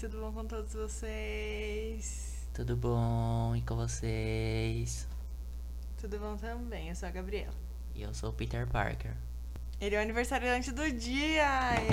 tudo bom com todos vocês? Tudo bom? E com vocês? Tudo bom também, eu sou a Gabriela. E eu sou o Peter Parker. Ele é o aniversariante do dia!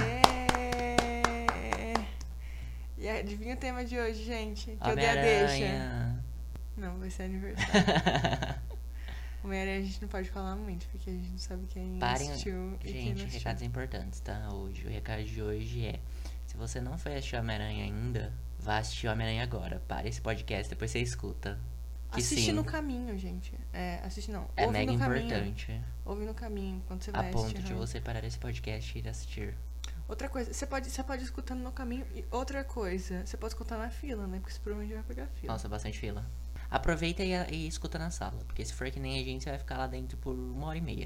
E adivinha o tema de hoje, gente? Que eu dei a deixa. Homem-Aranha. Não, vai ser aniversário. Homem-Aranha a gente não pode falar muito, porque a gente não sabe quem assistiu e quem Gente, não assistiu. recados importantes, tá? Hoje, o recado de hoje é: se você não foi assistir Homem-Aranha ainda, vá assistir Homem-Aranha agora. Para esse podcast, depois você escuta. Que Assiste sim, no caminho, gente. Assiste não. é Ouve mega no caminho. importante. Ouve no caminho, enquanto você A vai ponto assistir. de você parar esse podcast e ir assistir. Outra coisa, você pode ir escutando no caminho. E outra coisa, você pode escutar na fila, né? Porque você provavelmente vai pegar fila. Nossa, bastante fila. Aproveita e escuta na sala. Porque se for que nem a gente, você vai ficar lá dentro por 1h30.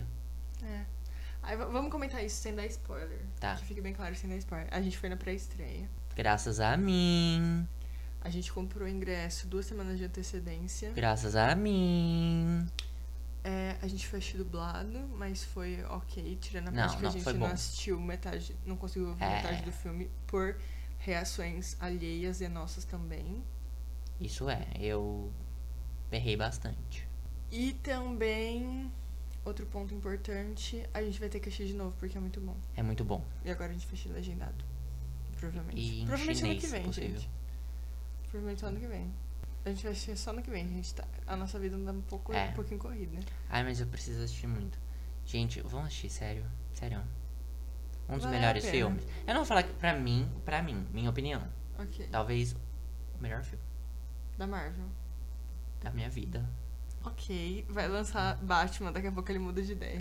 Aí vamos comentar isso sem dar spoiler. Tá. Que fique bem claro sem dar spoiler. A gente foi na pré-estreia. Graças a mim. A gente comprou o ingresso 2 semanas de antecedência. Graças a mim. A gente foi assistir dublado, mas foi ok, tirando a Não, parte que a não, gente foi não bom. assistiu metade, não conseguiu ouvir metade do filme por reações alheias e nossas também. Isso é, eu errei bastante. E também, outro ponto importante, a gente vai ter que assistir de novo, porque é muito bom. É muito bom. E agora a gente vai assistir legendado. Provavelmente. E em Provavelmente ano chinês, que se vem, possível. gente. Provavelmente só ano que vem. A gente vai assistir só ano que vem, gente. A nossa vida anda um pouquinho corrida, né? Ai, mas eu preciso assistir muito. Gente, vamos assistir, sério. Sério. Um dos Vale a melhores pena. filmes. Eu não vou falar que pra mim, minha opinião. Ok. Talvez o melhor filme Da Marvel. da minha vida. Ok. Vai lançar Batman, daqui a pouco ele muda de ideia.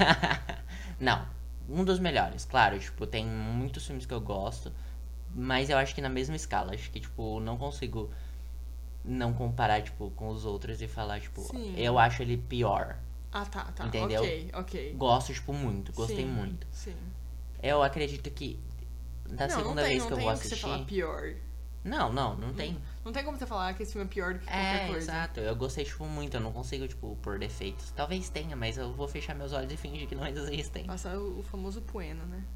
Não, um dos melhores. Claro, tipo, tem muitos filmes que eu gosto. Mas eu acho que na mesma escala. Acho que, tipo, não consigo não comparar, tipo, com os outros e falar, tipo, Sim. eu acho ele pior. Ah, tá. Entendeu? Ok. Gosto, tipo, muito. Gostei Sim, muito. Sim. Eu acredito que da segunda vez que eu vou Não assistir. tem como você falar pior. Não tem. Não tem como você falar que esse filme é pior do que qualquer coisa. Exato. Eu gostei, tipo, muito. Eu não consigo, tipo, pôr defeitos. Talvez tenha, mas eu vou fechar meus olhos e fingir que não existem. Passar o famoso Pueno, né?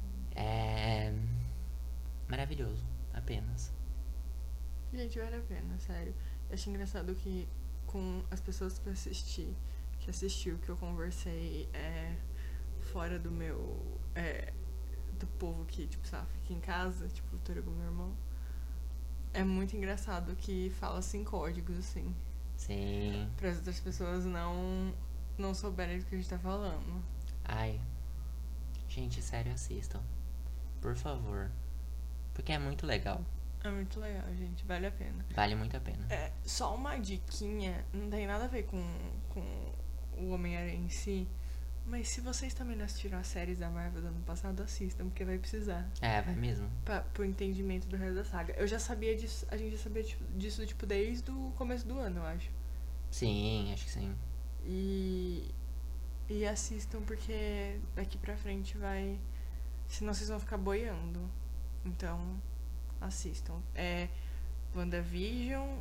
É. Maravilhoso. Apenas. Gente, vale a pena, sério. Eu achei engraçado que com as pessoas que assistiu, que eu conversei fora do meu. Do povo que, tipo, sabe, fica em casa, tipo, o Vitor Hugo, meu irmão. É muito engraçado que fala assim códigos, assim. Sim. Para as outras pessoas não souberem do que a gente tá falando. Ai. Gente, sério, assistam. Por favor. Porque é muito legal. É muito legal, gente. Vale a pena. Vale muito a pena. Só uma diquinha, não tem nada a ver com o Homem-Aranha em si, mas se vocês também não assistiram as séries da Marvel do ano passado, assistam, porque vai precisar. Vai mesmo. Pro entendimento do resto da saga. Eu já sabia disso, a gente já sabia disso, tipo, desde o começo do ano, eu acho. Sim, acho que sim. E assistam, porque daqui pra frente vai... Senão vocês vão ficar boiando. Então, assistam. WandaVision...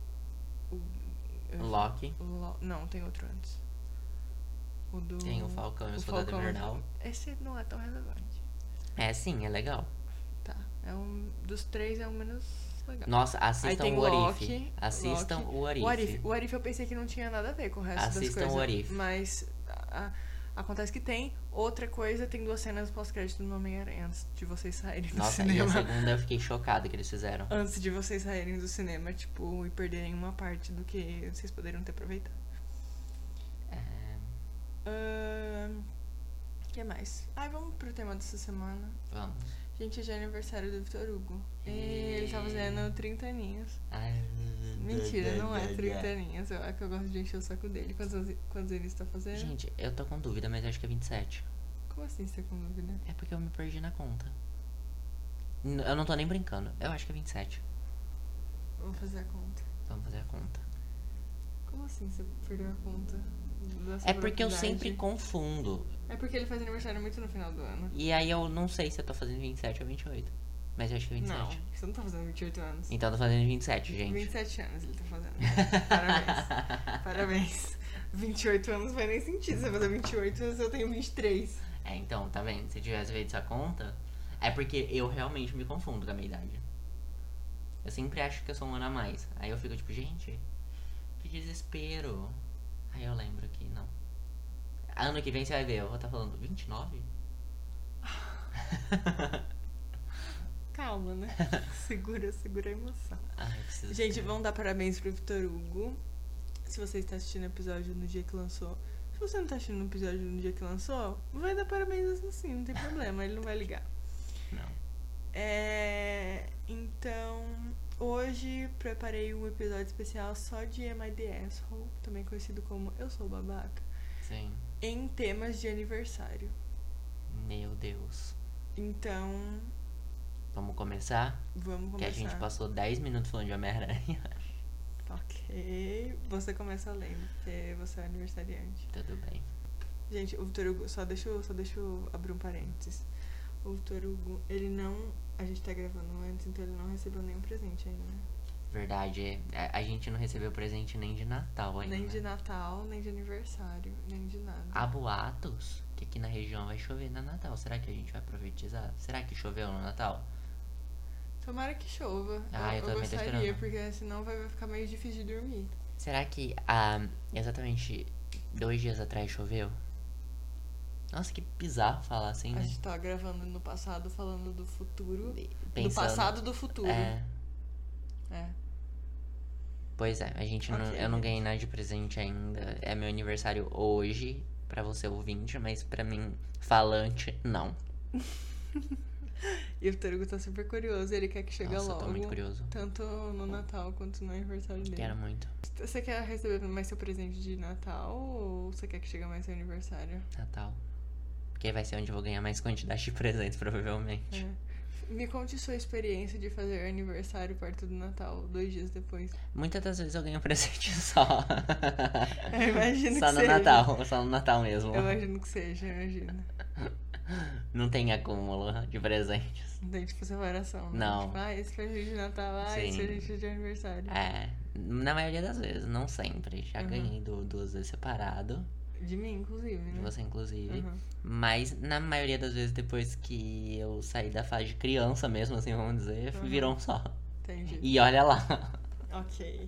Loki. Não, tem outro antes. Tem o Falcão e o Soldado Invernal. Esse não é tão relevante. Sim, é legal. Tá. Dos três é o menos legal. Nossa, Aí assistam tem o What Loki, If. Assistam Loki. o What If. O What If eu pensei que não tinha nada a ver com o resto das Assistam coisas. o What If. Mas acontece que tem. Outra coisa, tem 2 cenas pós-crédito no Homem-Aranha antes de vocês saírem do Nossa, cinema. e a segunda eu fiquei chocado que eles fizeram. Antes de vocês saírem do cinema, tipo, e perderem uma parte do que vocês poderiam ter aproveitado. O que mais? Vamos pro tema dessa semana. Vamos. Gente, hoje é aniversário do Vitor Hugo. Ele tá fazendo 30 aninhos. Mentira, não é 30 aninhos. É que eu gosto de encher o saco dele. Quantos ele está fazendo? Gente, eu tô com dúvida, mas acho que é 27. Como assim você tá com dúvida? É porque eu me perdi na conta. Eu não tô nem brincando. Eu acho que é 27. Vamos fazer a conta. Vamos fazer a conta. Como assim você perdeu a conta? É porque eu sempre confundo. É porque ele faz aniversário muito no final do ano. E aí eu não sei se eu tô fazendo 27 ou 28. Mas eu acho que é 27. Não, você não tá fazendo 28 anos. Então eu tô fazendo 27, gente. 27 anos ele tá fazendo. Parabéns. 28 anos não faz nem sentido você fazer 28 anos, eu tenho 23. Então, tá vendo? Se tivesse feito essa conta, é porque eu realmente me confundo com a minha idade. Eu sempre acho que eu sou um ano a mais. Aí eu fico tipo, gente, que desespero. Aí eu lembro que não. Ano que vem você vai ver, eu vou estar falando 29? Calma, né? Segura a emoção. Ai, eu preciso. Gente, vamos dar parabéns pro Vitor Hugo. Se você está assistindo o episódio no dia que lançou. Se você não está assistindo o episódio no dia que lançou, vai dar parabéns assim, não tem problema, ele não vai ligar. Não. Então, hoje preparei um episódio especial só de Am I the Asshole, também conhecido como Eu Sou Babaca, Sim. em temas de aniversário. Meu Deus. Então, Vamos começar? vamos começar. Que a gente passou 10 minutos falando de Homem-Aranha. Ok, você começa lendo, porque você é aniversariante. Tudo bem. Gente, o Vitor Hugo, só deixa eu abrir um parênteses. O Vitor Hugo, ele não... A gente tá gravando antes, então ele não recebeu nenhum presente ainda, né? Verdade, a gente não recebeu presente nem de Natal ainda. Nem de Natal, nem de aniversário, nem de nada. Há boatos que aqui na região vai chover no Natal. Será que a gente vai profetizar? Será que choveu no Natal? Tomara que chova. Ah, eu também tô gostaria, esperando. porque senão vai ficar meio difícil de dormir. Será que exatamente 2 dias atrás choveu? Nossa, que bizarro falar assim, A né? gente tava gravando no passado, falando do futuro. Pensando- Do passado do futuro. É, pois é, a gente não, Ok, eu não gente. ganhei nada de presente ainda. É meu aniversário hoje, pra você ouvinte, mas pra mim, falante, não. E o Vitor Hugo tá super curioso, ele quer que chegue Nossa, eu logo. tô muito curioso. Tanto no Natal quanto no aniversário dele. Quero muito. Você quer receber mais seu presente de Natal ou você quer que chegue mais seu aniversário? Natal. Porque vai ser onde eu vou ganhar mais quantidade de presentes, provavelmente. Me conte sua experiência de fazer aniversário perto do Natal, 2 dias depois. Muitas das vezes eu ganho um presente só. Eu imagino Só que no seja. Natal, só no Natal mesmo. Eu imagino que seja, imagino. Não tem acúmulo de presentes. Não tem tipo separação, né? Não. Tipo, esse presente de Natal, esse Sim. presente de aniversário. É, na maioria das vezes, não sempre. Já Uhum. ganhei 2 vezes separado. De mim, inclusive, De né? você, inclusive. Uhum. Mas na maioria das vezes, depois que eu saí da fase de criança mesmo, assim, vamos dizer, Uhum. virou um só. Entendi. E olha lá. Ok,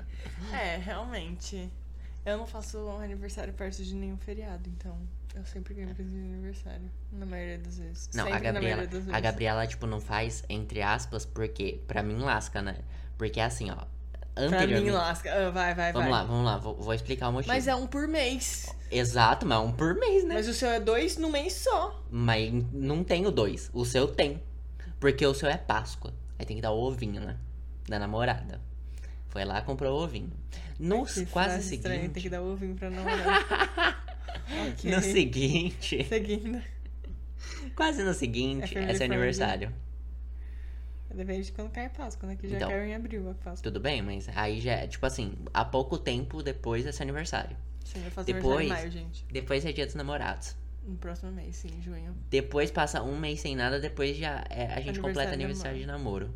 realmente. Eu não faço aniversário perto de nenhum feriado, então eu sempre ganho presente de aniversário. Na maioria das vezes. Não, Sempre a na maioria das Gabriela, vezes. a Gabriela, tipo, não faz entre aspas, porque pra mim lasca, né? Porque assim, ó. Pra mim, Anteriormente. lasca. Ah, vai. Vamos lá, vou explicar o motivo. Mas é um por mês. Exato, mas é um por mês, né? Mas o seu é 2 no mês só. Mas não tenho 2. O seu tem. Porque o seu é Páscoa. Aí tem que dar o ovinho, né? Da namorada. Foi lá, comprou o ovinho. No Que quase frase estranha, tem seguinte. que dar ovinho pra namorar. Ok. No seguinte. Seguindo. Quase no É seguinte, family é seu friendly. aniversário. Depende de quando cai a Páscoa, né? Que já Então. caiu em abril a Páscoa. Tudo bem, mas aí já é, tipo assim, há pouco tempo depois é seu aniversário. Sim, eu faço Depois- aniversário em maio, gente. Depois é dia dos namorados. No próximo mês, sim, em junho. Depois passa um mês sem nada, depois já a gente completa aniversário de namoro.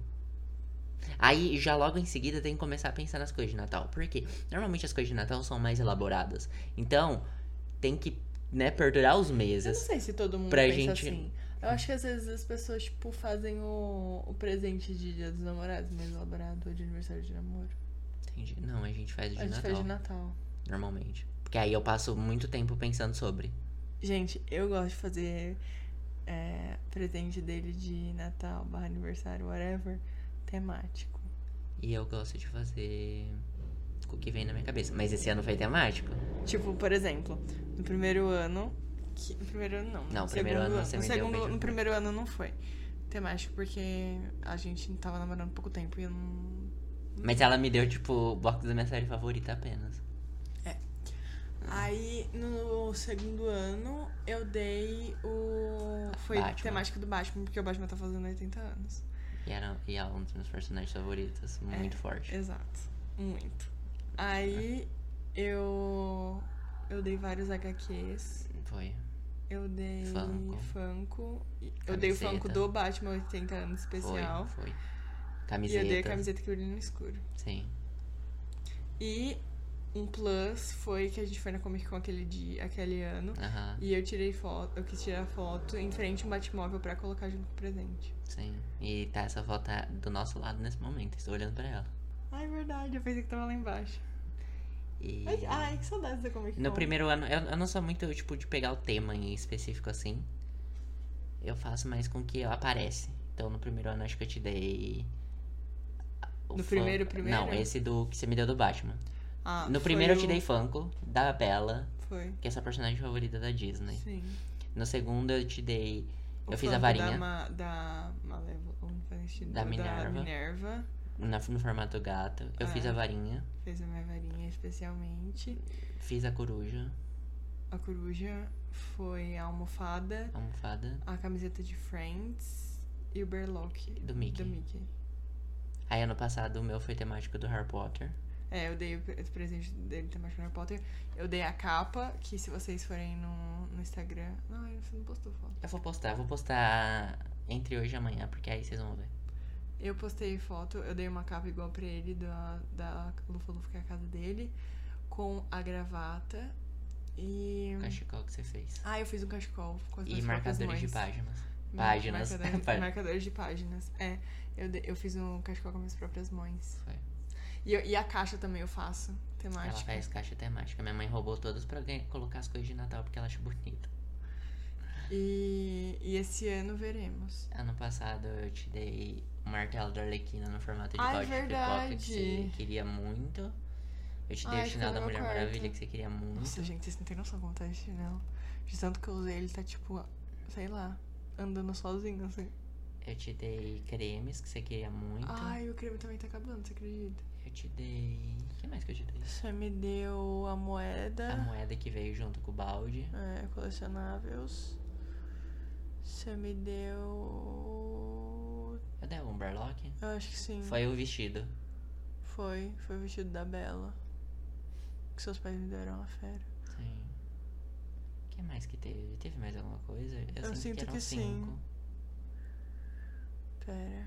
Aí já logo em seguida tem que começar a pensar nas coisas de Natal. Por quê? Normalmente as coisas de Natal são mais elaboradas. Então, tem que, né, perdurar os Eu não meses. sei se todo mundo Pra pensa gente- assim. Eu acho que às vezes as pessoas, tipo, fazem o presente de Dia dos Namorados mais elaborado ou de aniversário de namoro. Entendi. Não, a gente faz de A gente Natal, faz de Natal. normalmente. Porque aí eu passo muito tempo pensando sobre. Gente, eu gosto de fazer presente dele de Natal, barra aniversário, whatever, temático. E eu gosto de fazer o que vem na minha cabeça. Mas esse ano foi temático. Tipo, por exemplo, no primeiro ano. No primeiro ano não. Não, no primeiro segundo ano você no me deu segundo, beijo No no primeiro ano não foi temático, porque a gente tava namorando pouco tempo e eu não. Mas ela me deu, tipo, o bloco da minha série favorita apenas. Aí no segundo ano eu dei o. Foi Batman. temática do Batman, porque o Batman tá fazendo 80 anos. E é um dos meus personagens favoritos. Muito forte. Exato. Muito. Aí eu dei vários HQs. Foi. Eu dei Funko. Eu dei o Camiseta. Funko do Batman 80 anos especial. Foi. E Camiseta. eu dei a camiseta que brilha no escuro. Sim. E Um plus foi que a gente foi na Comic Con aquele ano. Aham. E eu tirei foto, eu quis tirar foto em frente a um Batmóvel pra colocar junto com o presente. Sim. E tá essa foto do nosso lado nesse momento. Estou olhando pra ela. Ai, verdade, eu pensei que tava lá embaixo. E Ai, que saudades da Comic Con. no primeiro ano, eu não sou muito, tipo, de pegar o tema em específico assim. Eu faço mais com que aparece. Então, no primeiro ano, acho que eu te dei... No primeiro? Não, esse do que você me deu do Batman. Ah, No foi primeiro eu te o- dei Funko, da Bella, Foi, que é essa personagem favorita da Disney. sim. No segundo eu te dei... O Eu fiz a Funko varinha da Malévola, não faz sentido. Da Da Minerva. Minerva. no formato gato. Eu fiz a varinha, Fez a minha varinha especialmente. fiz a coruja, A coruja foi a almofada, a almofada. a camiseta de Friends e o berlock Do Mickey. Aí ano passado o meu foi temático do Harry Potter. É, eu dei o presente dele também com Harry Potter. Eu dei a capa, que se vocês forem no Instagram... Não, você não postou foto. Eu vou postar entre hoje e amanhã, porque aí vocês vão ver. Eu postei foto, eu dei uma capa igual pra ele da Lufa Lufa, que é a casa dele, com a gravata e... O cachecol que você fez. Ah, eu fiz um cachecol com as E minhas próprias marcadores de mãos. páginas. Marcadores de páginas. É, eu fiz um cachecol com minhas próprias mãos. Foi. E a caixa também eu faço, temática. Ela faz caixa temática. Minha mãe roubou todas pra colocar as coisas de Natal porque ela acha bonito. E esse ano veremos. Ano passado eu te dei o martelo da Arlequina no formato de Ai, balde de pipoca verdade. que você queria muito. Eu te dei Ai, o chinelo da ficou no meu Mulher quarto. Maravilha que você queria muito. Nossa, gente, vocês não têm noção como tá esse chinelo. De tanto que eu usei, ele tá tipo, sei lá, andando sozinho, assim. Eu te dei cremes que você queria muito. Ai, o creme também tá acabando, você acredita? Eu te dei... O que mais que eu te dei? Você me deu a moeda. A moeda que veio junto com o balde. É, colecionáveis. Você me deu... Eu dei algum Berlock? Eu acho que sim. Foi o vestido. Foi o vestido da Bella. Que seus pais me deram uma fera. Sim. O que mais que teve? Teve mais alguma coisa? Eu sinto que eram que 5. sim. Pera.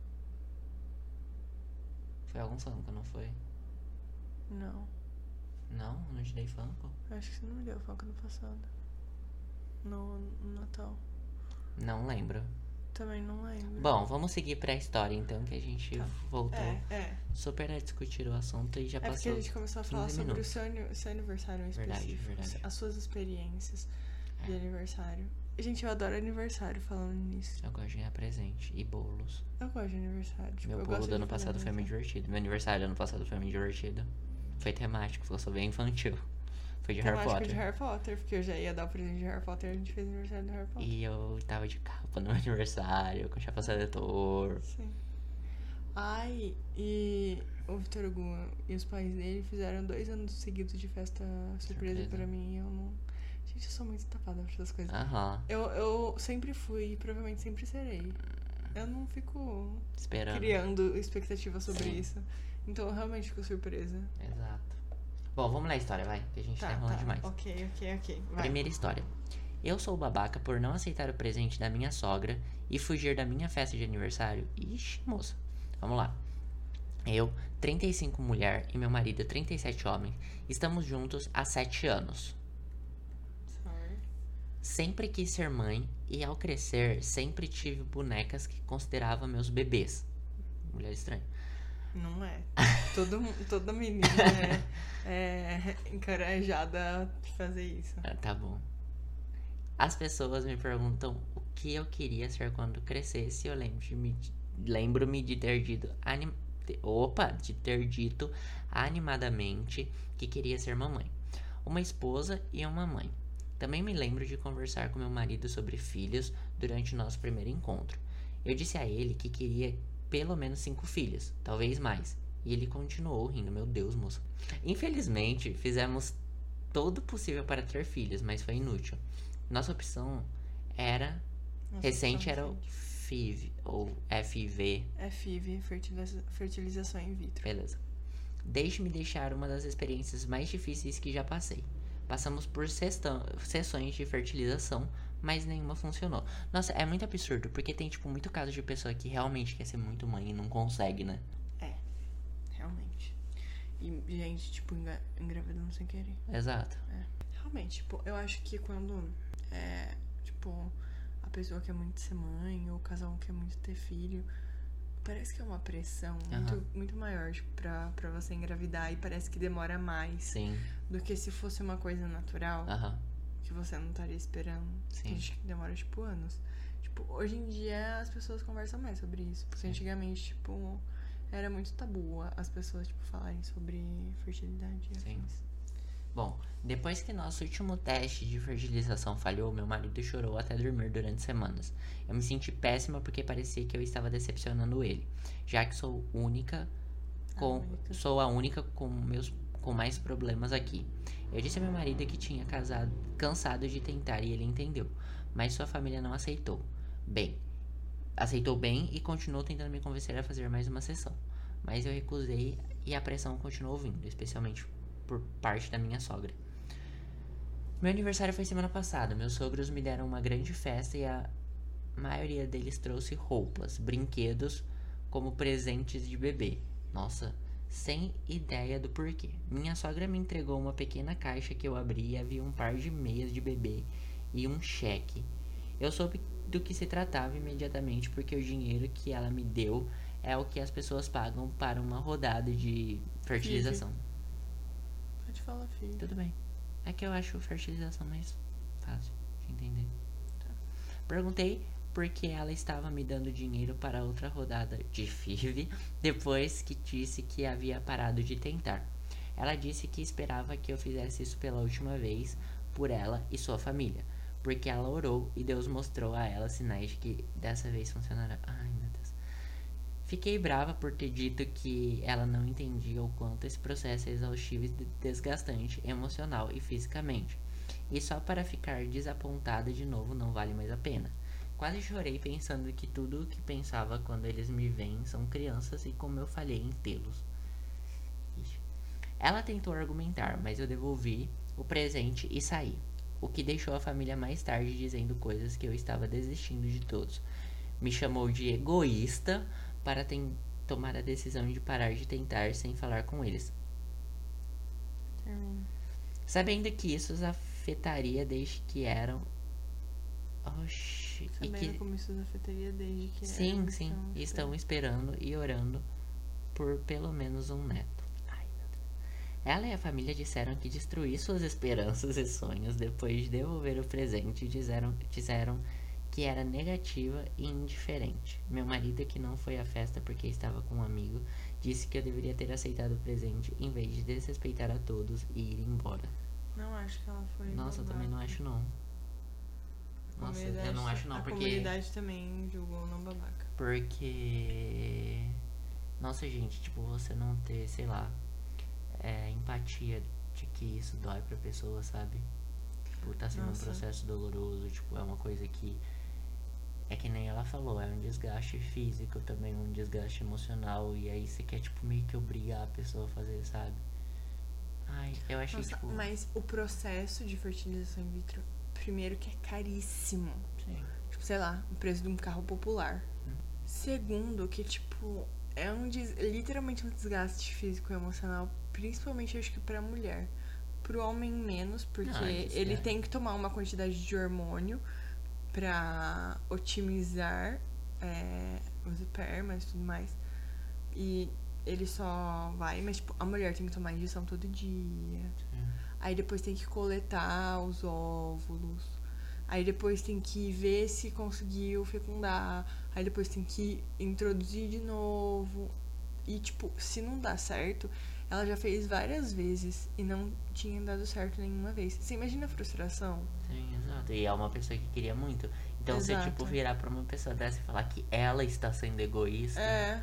Foi algum Funko, não foi? Não. Não? Eu não te dei Funko? Eu acho que você não me deu foco no passado. No Natal. Não lembro. Também não lembro. Bom, vamos seguir pra história então, que a gente voltou É. super a discutir o assunto e já É porque passou a gente começou a falar 15 sobre minutos. o seu aniversário em específico. Verdade. As suas experiências de aniversário. Gente, eu adoro aniversário falando nisso. Eu gosto de ganhar presente e bolos. Eu gosto de aniversário. Tipo, Meu eu bolo gosto do de ano fazer passado foi muito aniversário. divertido. Meu aniversário do ano passado foi muito divertido. Foi temático, eu sou bem infantil. Foi de Harry Temática Potter. de Harry Potter, porque eu já ia dar o presente de Harry Potter e a gente fez aniversário do Harry Potter. E eu tava de capa no meu aniversário, com chapa seletor. Sim. Ai, e o Vitor Hugo e os pais dele fizeram 2 anos seguidos de festa surpresa pra mim e eu não... Gente, eu sou muito tapada pra essas coisas. Aham. Eu sempre fui e provavelmente sempre serei. Eu não fico Esperando. criando expectativa sobre Sim. isso. Então eu realmente fico surpresa. Exato. Bom, vamos ler a história, vai. Que a gente tá enrolando demais. Ok. Vai. Primeira história. Eu sou o babaca por não aceitar o presente da minha sogra e fugir da minha festa de aniversário. Ixi, moça. Vamos lá. Eu, 35 mulher e meu marido, 37 homem, estamos juntos há 7 anos. Sorry. Sempre quis ser mãe e ao crescer sempre tive bonecas que considerava meus bebês. Mulher estranha. Não é. Toda menina é encorajada a fazer isso. Ah, tá bom. As pessoas me perguntam o que eu queria ser quando crescesse. Eu lembro-me de ter dito animadamente que queria ser mamãe, uma esposa e uma mãe. Também me lembro de conversar com meu marido sobre filhos durante o nosso primeiro encontro. Eu disse a ele que queria pelo menos 5 filhos, talvez mais. E ele continuou rindo. Meu Deus, moço. Infelizmente, fizemos todo o possível para ter filhos, mas foi inútil. Nossa opção recente era o FIV, ou FIV. É FIV, fertilização in vitro. Beleza. Deixe-me deixar uma das experiências mais difíceis que já passei. Passamos por sessões de fertilização, mas nenhuma funcionou. Nossa, é muito absurdo, porque tem, tipo, muito caso de pessoa que realmente quer ser muito mãe e não consegue, né? É, realmente. E gente, tipo, engravidando sem querer. Exato. Realmente, tipo, eu acho que quando tipo, a pessoa quer muito ser mãe ou o casal quer muito ter filho, parece que é uma pressão muito maior, tipo, pra você engravidar e parece que demora mais. Sim. Do que se fosse uma coisa natural que você não estaria esperando. Sim. Tem gente que demora, tipo, anos. Tipo, hoje em dia as pessoas conversam mais sobre isso. Porque antigamente, tipo, era muito tabu as pessoas, tipo, falarem sobre fertilidade e afins. Bom, depois que nosso último teste de fertilização falhou, meu marido chorou até dormir durante semanas. Eu me senti péssima porque parecia que eu estava decepcionando ele, já que sou a única com mais problemas aqui. Eu disse a meu marido que tinha cansado de tentar e ele entendeu, mas sua família não aceitou. Aceitou bem e continuou tentando me convencer a fazer mais uma sessão, mas eu recusei e a pressão continuou vindo, especialmente por parte da minha sogra. Meu aniversário foi semana passada. Meus sogros me deram uma grande festa e a maioria deles trouxe roupas, brinquedos como presentes de bebê. Nossa, sem ideia do porquê. Minha sogra me entregou uma pequena caixa que eu abri e havia um par de meias de bebê e um cheque. Eu soube do que se tratava imediatamente porque o dinheiro que ela me deu é o que as pessoas pagam para uma rodada de fertilização. Pode falar, filho. Tudo bem. É que eu acho fertilização mais fácil de entender. Perguntei por que ela estava me dando dinheiro para outra rodada de FIV depois que disse que havia parado de tentar. Ela disse que esperava que eu fizesse isso pela última vez por ela e sua família, porque ela orou e Deus mostrou a ela sinais de que dessa vez funcionará. Ai, meu Deus. Fiquei brava por ter dito que ela não entendia o quanto esse processo é exaustivo e desgastante emocional e fisicamente. E só para ficar desapontada de novo não vale mais a pena. Quase chorei pensando que tudo o que pensava quando eles me veem são crianças e como eu falhei em tê-los. Ela tentou argumentar, mas eu devolvi o presente e saí. O que deixou a família mais tarde dizendo coisas que eu estava desistindo de todos. Me chamou de egoísta para tomar a decisão de parar de tentar sem falar com eles. Sabendo que isso os afetaria desde que eram... Oxi. Sabendo como isso os afetaria desde que eram... Sim. Estão esperando e orando por pelo menos um neto. Ai, meu Deus. Ela e a família disseram que destruí suas esperanças e sonhos depois de devolver o presente e disseram que era negativa e indiferente. Meu marido, que não foi à festa porque estava com um amigo, disse que eu deveria ter aceitado o presente em vez de desrespeitar a todos e ir embora. Não acho que ela foi... Nossa, eu também não acho não. Nossa, eu não acho não, porque... A comunidade também julgou não babaca. Porque... Nossa, gente, tipo, você não ter, sei lá, empatia de que isso dói pra pessoa, sabe? Tipo, tá sendo um processo doloroso, tipo, é uma coisa que... É que nem ela falou, é um desgaste físico também, um desgaste emocional. E aí você quer, tipo, meio que obrigar a pessoa a fazer, sabe? Ai, eu achei, tipo... Mas o processo de fertilização in vitro, primeiro que é caríssimo. Sim. Tipo, sei lá, o preço de um carro popular. Segundo, que, tipo, é literalmente um desgaste físico e emocional, principalmente, acho que pra mulher. Pro homem menos, porque ele tem que tomar uma quantidade de hormônio pra otimizar os espermas e tudo mais. E ele só vai, mas tipo, a mulher tem que tomar injeção todo dia. Sim. Aí depois tem que coletar os óvulos. Aí depois tem que ver se conseguiu fecundar. Aí depois tem que introduzir de novo. E tipo, se não dá certo, ela já fez várias vezes e não tinha dado certo nenhuma vez. Você imagina a frustração? Sim, exato. E é uma pessoa que queria muito. Então Exato. você, tipo, virar pra uma pessoa dessa e falar que ela está sendo egoísta.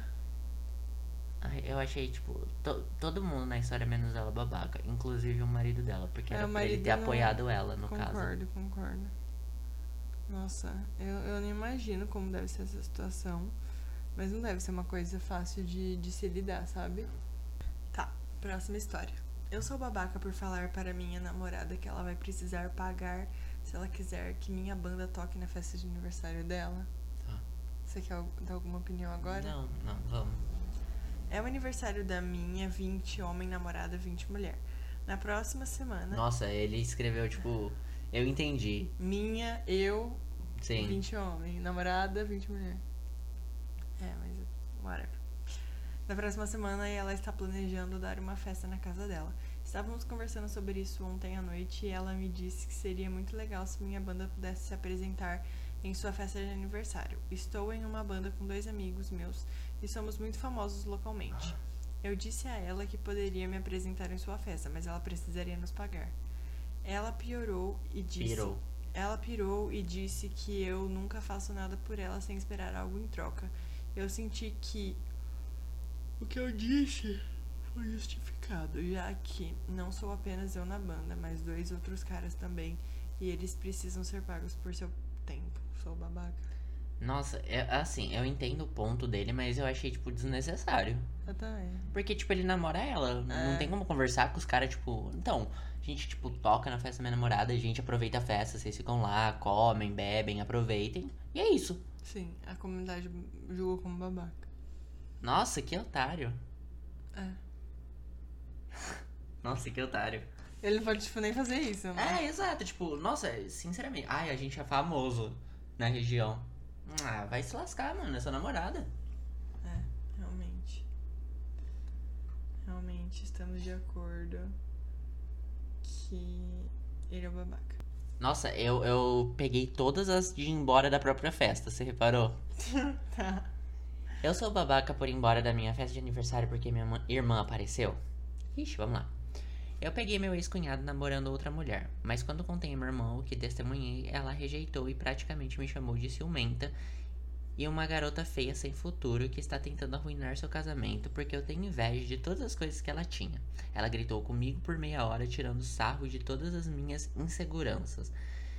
Eu achei, tipo, todo mundo na história, menos ela, babaca. Inclusive o marido dela, porque era pra ele ter apoiado ela, no caso. Concordo. Nossa, eu nem imagino como deve ser essa situação. Mas não deve ser uma coisa fácil de se lidar, sabe? Tá, próxima história. Eu sou babaca por falar para minha namorada que ela vai precisar pagar se ela quiser que minha banda toque na festa de aniversário dela. Tá. Você quer dar alguma opinião agora? Não, vamos. É o aniversário da minha 20 homem, namorada, 20 mulher. Na próxima semana... Nossa, ele escreveu, tipo... Eu entendi. Minha, eu, Sim. 20 homem, namorada, 20 mulher. Mas... whatever. Na próxima semana, ela está planejando dar uma festa na casa dela. Estávamos conversando sobre isso ontem à noite e ela me disse que seria muito legal se minha banda pudesse se apresentar em sua festa de aniversário. Estou em uma banda com 2 amigos meus e somos muito famosos localmente. Eu disse a ela que poderia me apresentar em sua festa, mas ela precisaria nos pagar. Ela pirou e disse que eu nunca faço nada por ela sem esperar algo em troca. Eu senti que o que eu disse foi justificado, já que não sou apenas eu na banda, mas 2 outros caras também, e eles precisam ser pagos por seu tempo. Sou babaca. Nossa, assim, eu entendo o ponto dele, mas eu achei, tipo, desnecessário. Eu também. Porque, tipo, ele namora ela. Não tem como conversar com os caras, tipo... Então, a gente, tipo, toca na festa da minha namorada, a gente aproveita a festa, vocês ficam lá, comem, bebem, aproveitem. E é isso. Sim, a comunidade julgou como babaca. Nossa, que otário. É. Nossa, que otário. Ele não pode, tipo, nem fazer isso, né? Exato. Tipo, nossa, sinceramente. Ai, a gente é famoso na região. Ah, vai se lascar, mano. É sua namorada. Realmente. Realmente estamos de acordo que ele é o babaca. Nossa, eu peguei todas as de ir embora da própria festa, você reparou? Tá. Eu sou babaca por ir embora da minha festa de aniversário porque minha irmã apareceu? Ixi, vamos lá. Eu peguei meu ex-cunhado namorando outra mulher, mas quando contei a meu irmão o que testemunhei, ela rejeitou e praticamente me chamou de ciumenta e uma garota feia sem futuro que está tentando arruinar seu casamento porque eu tenho inveja de todas as coisas que ela tinha. Ela gritou comigo por meia hora, tirando sarro de todas as minhas inseguranças.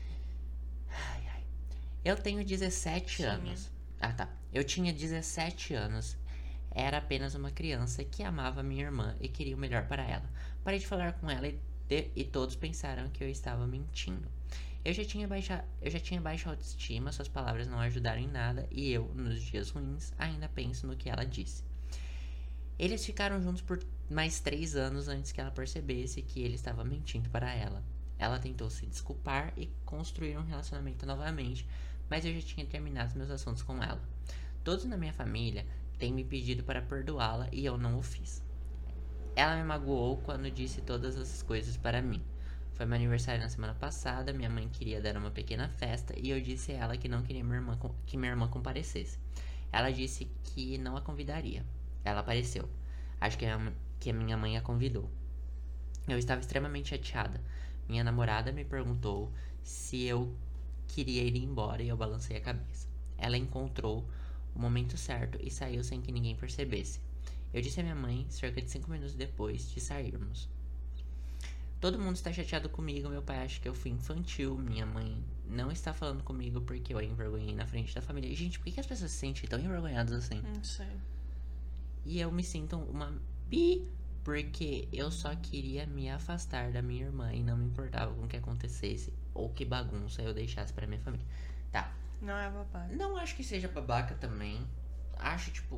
Ai. Eu tenho 17 anos. Ah, tá. Eu tinha 17 anos. Era apenas uma criança que amava minha irmã e queria o melhor para ela. Parei de falar com ela e todos pensaram que eu estava mentindo. Eu já tinha baixa autoestima, suas palavras não ajudaram em nada e eu, nos dias ruins, ainda penso no que ela disse. Eles ficaram juntos por mais 3 anos antes que ela percebesse que ele estava mentindo para ela. Ela tentou se desculpar e construir um relacionamento novamente, mas eu já tinha terminado meus assuntos com ela. Todos na minha família têm me pedido para perdoá-la e eu não o fiz. Ela me magoou quando disse todas essas coisas para mim. Foi meu aniversário na semana passada, minha mãe queria dar uma pequena festa e eu disse a ela que não queria que minha irmã comparecesse. Ela disse que não a convidaria. Ela apareceu. Acho que a minha mãe a convidou. Eu estava extremamente chateada. Minha namorada me perguntou se eu queria ir embora e eu balancei a cabeça. Ela encontrou o momento certo e saiu sem que ninguém percebesse. Eu disse a minha mãe cerca de 5 minutos depois de sairmos. Todo mundo está chateado comigo, meu pai acha que eu fui infantil, minha mãe não está falando comigo porque eu a envergonhei na frente da família. E, gente, por que as pessoas se sentem tão envergonhadas assim? Não sei. E eu me sinto uma porque eu só queria me afastar da minha irmã e não me importava com o que acontecesse ou que bagunça eu deixasse pra minha família. Tá. Não é babaca. Não acho que seja babaca também. Acho, tipo...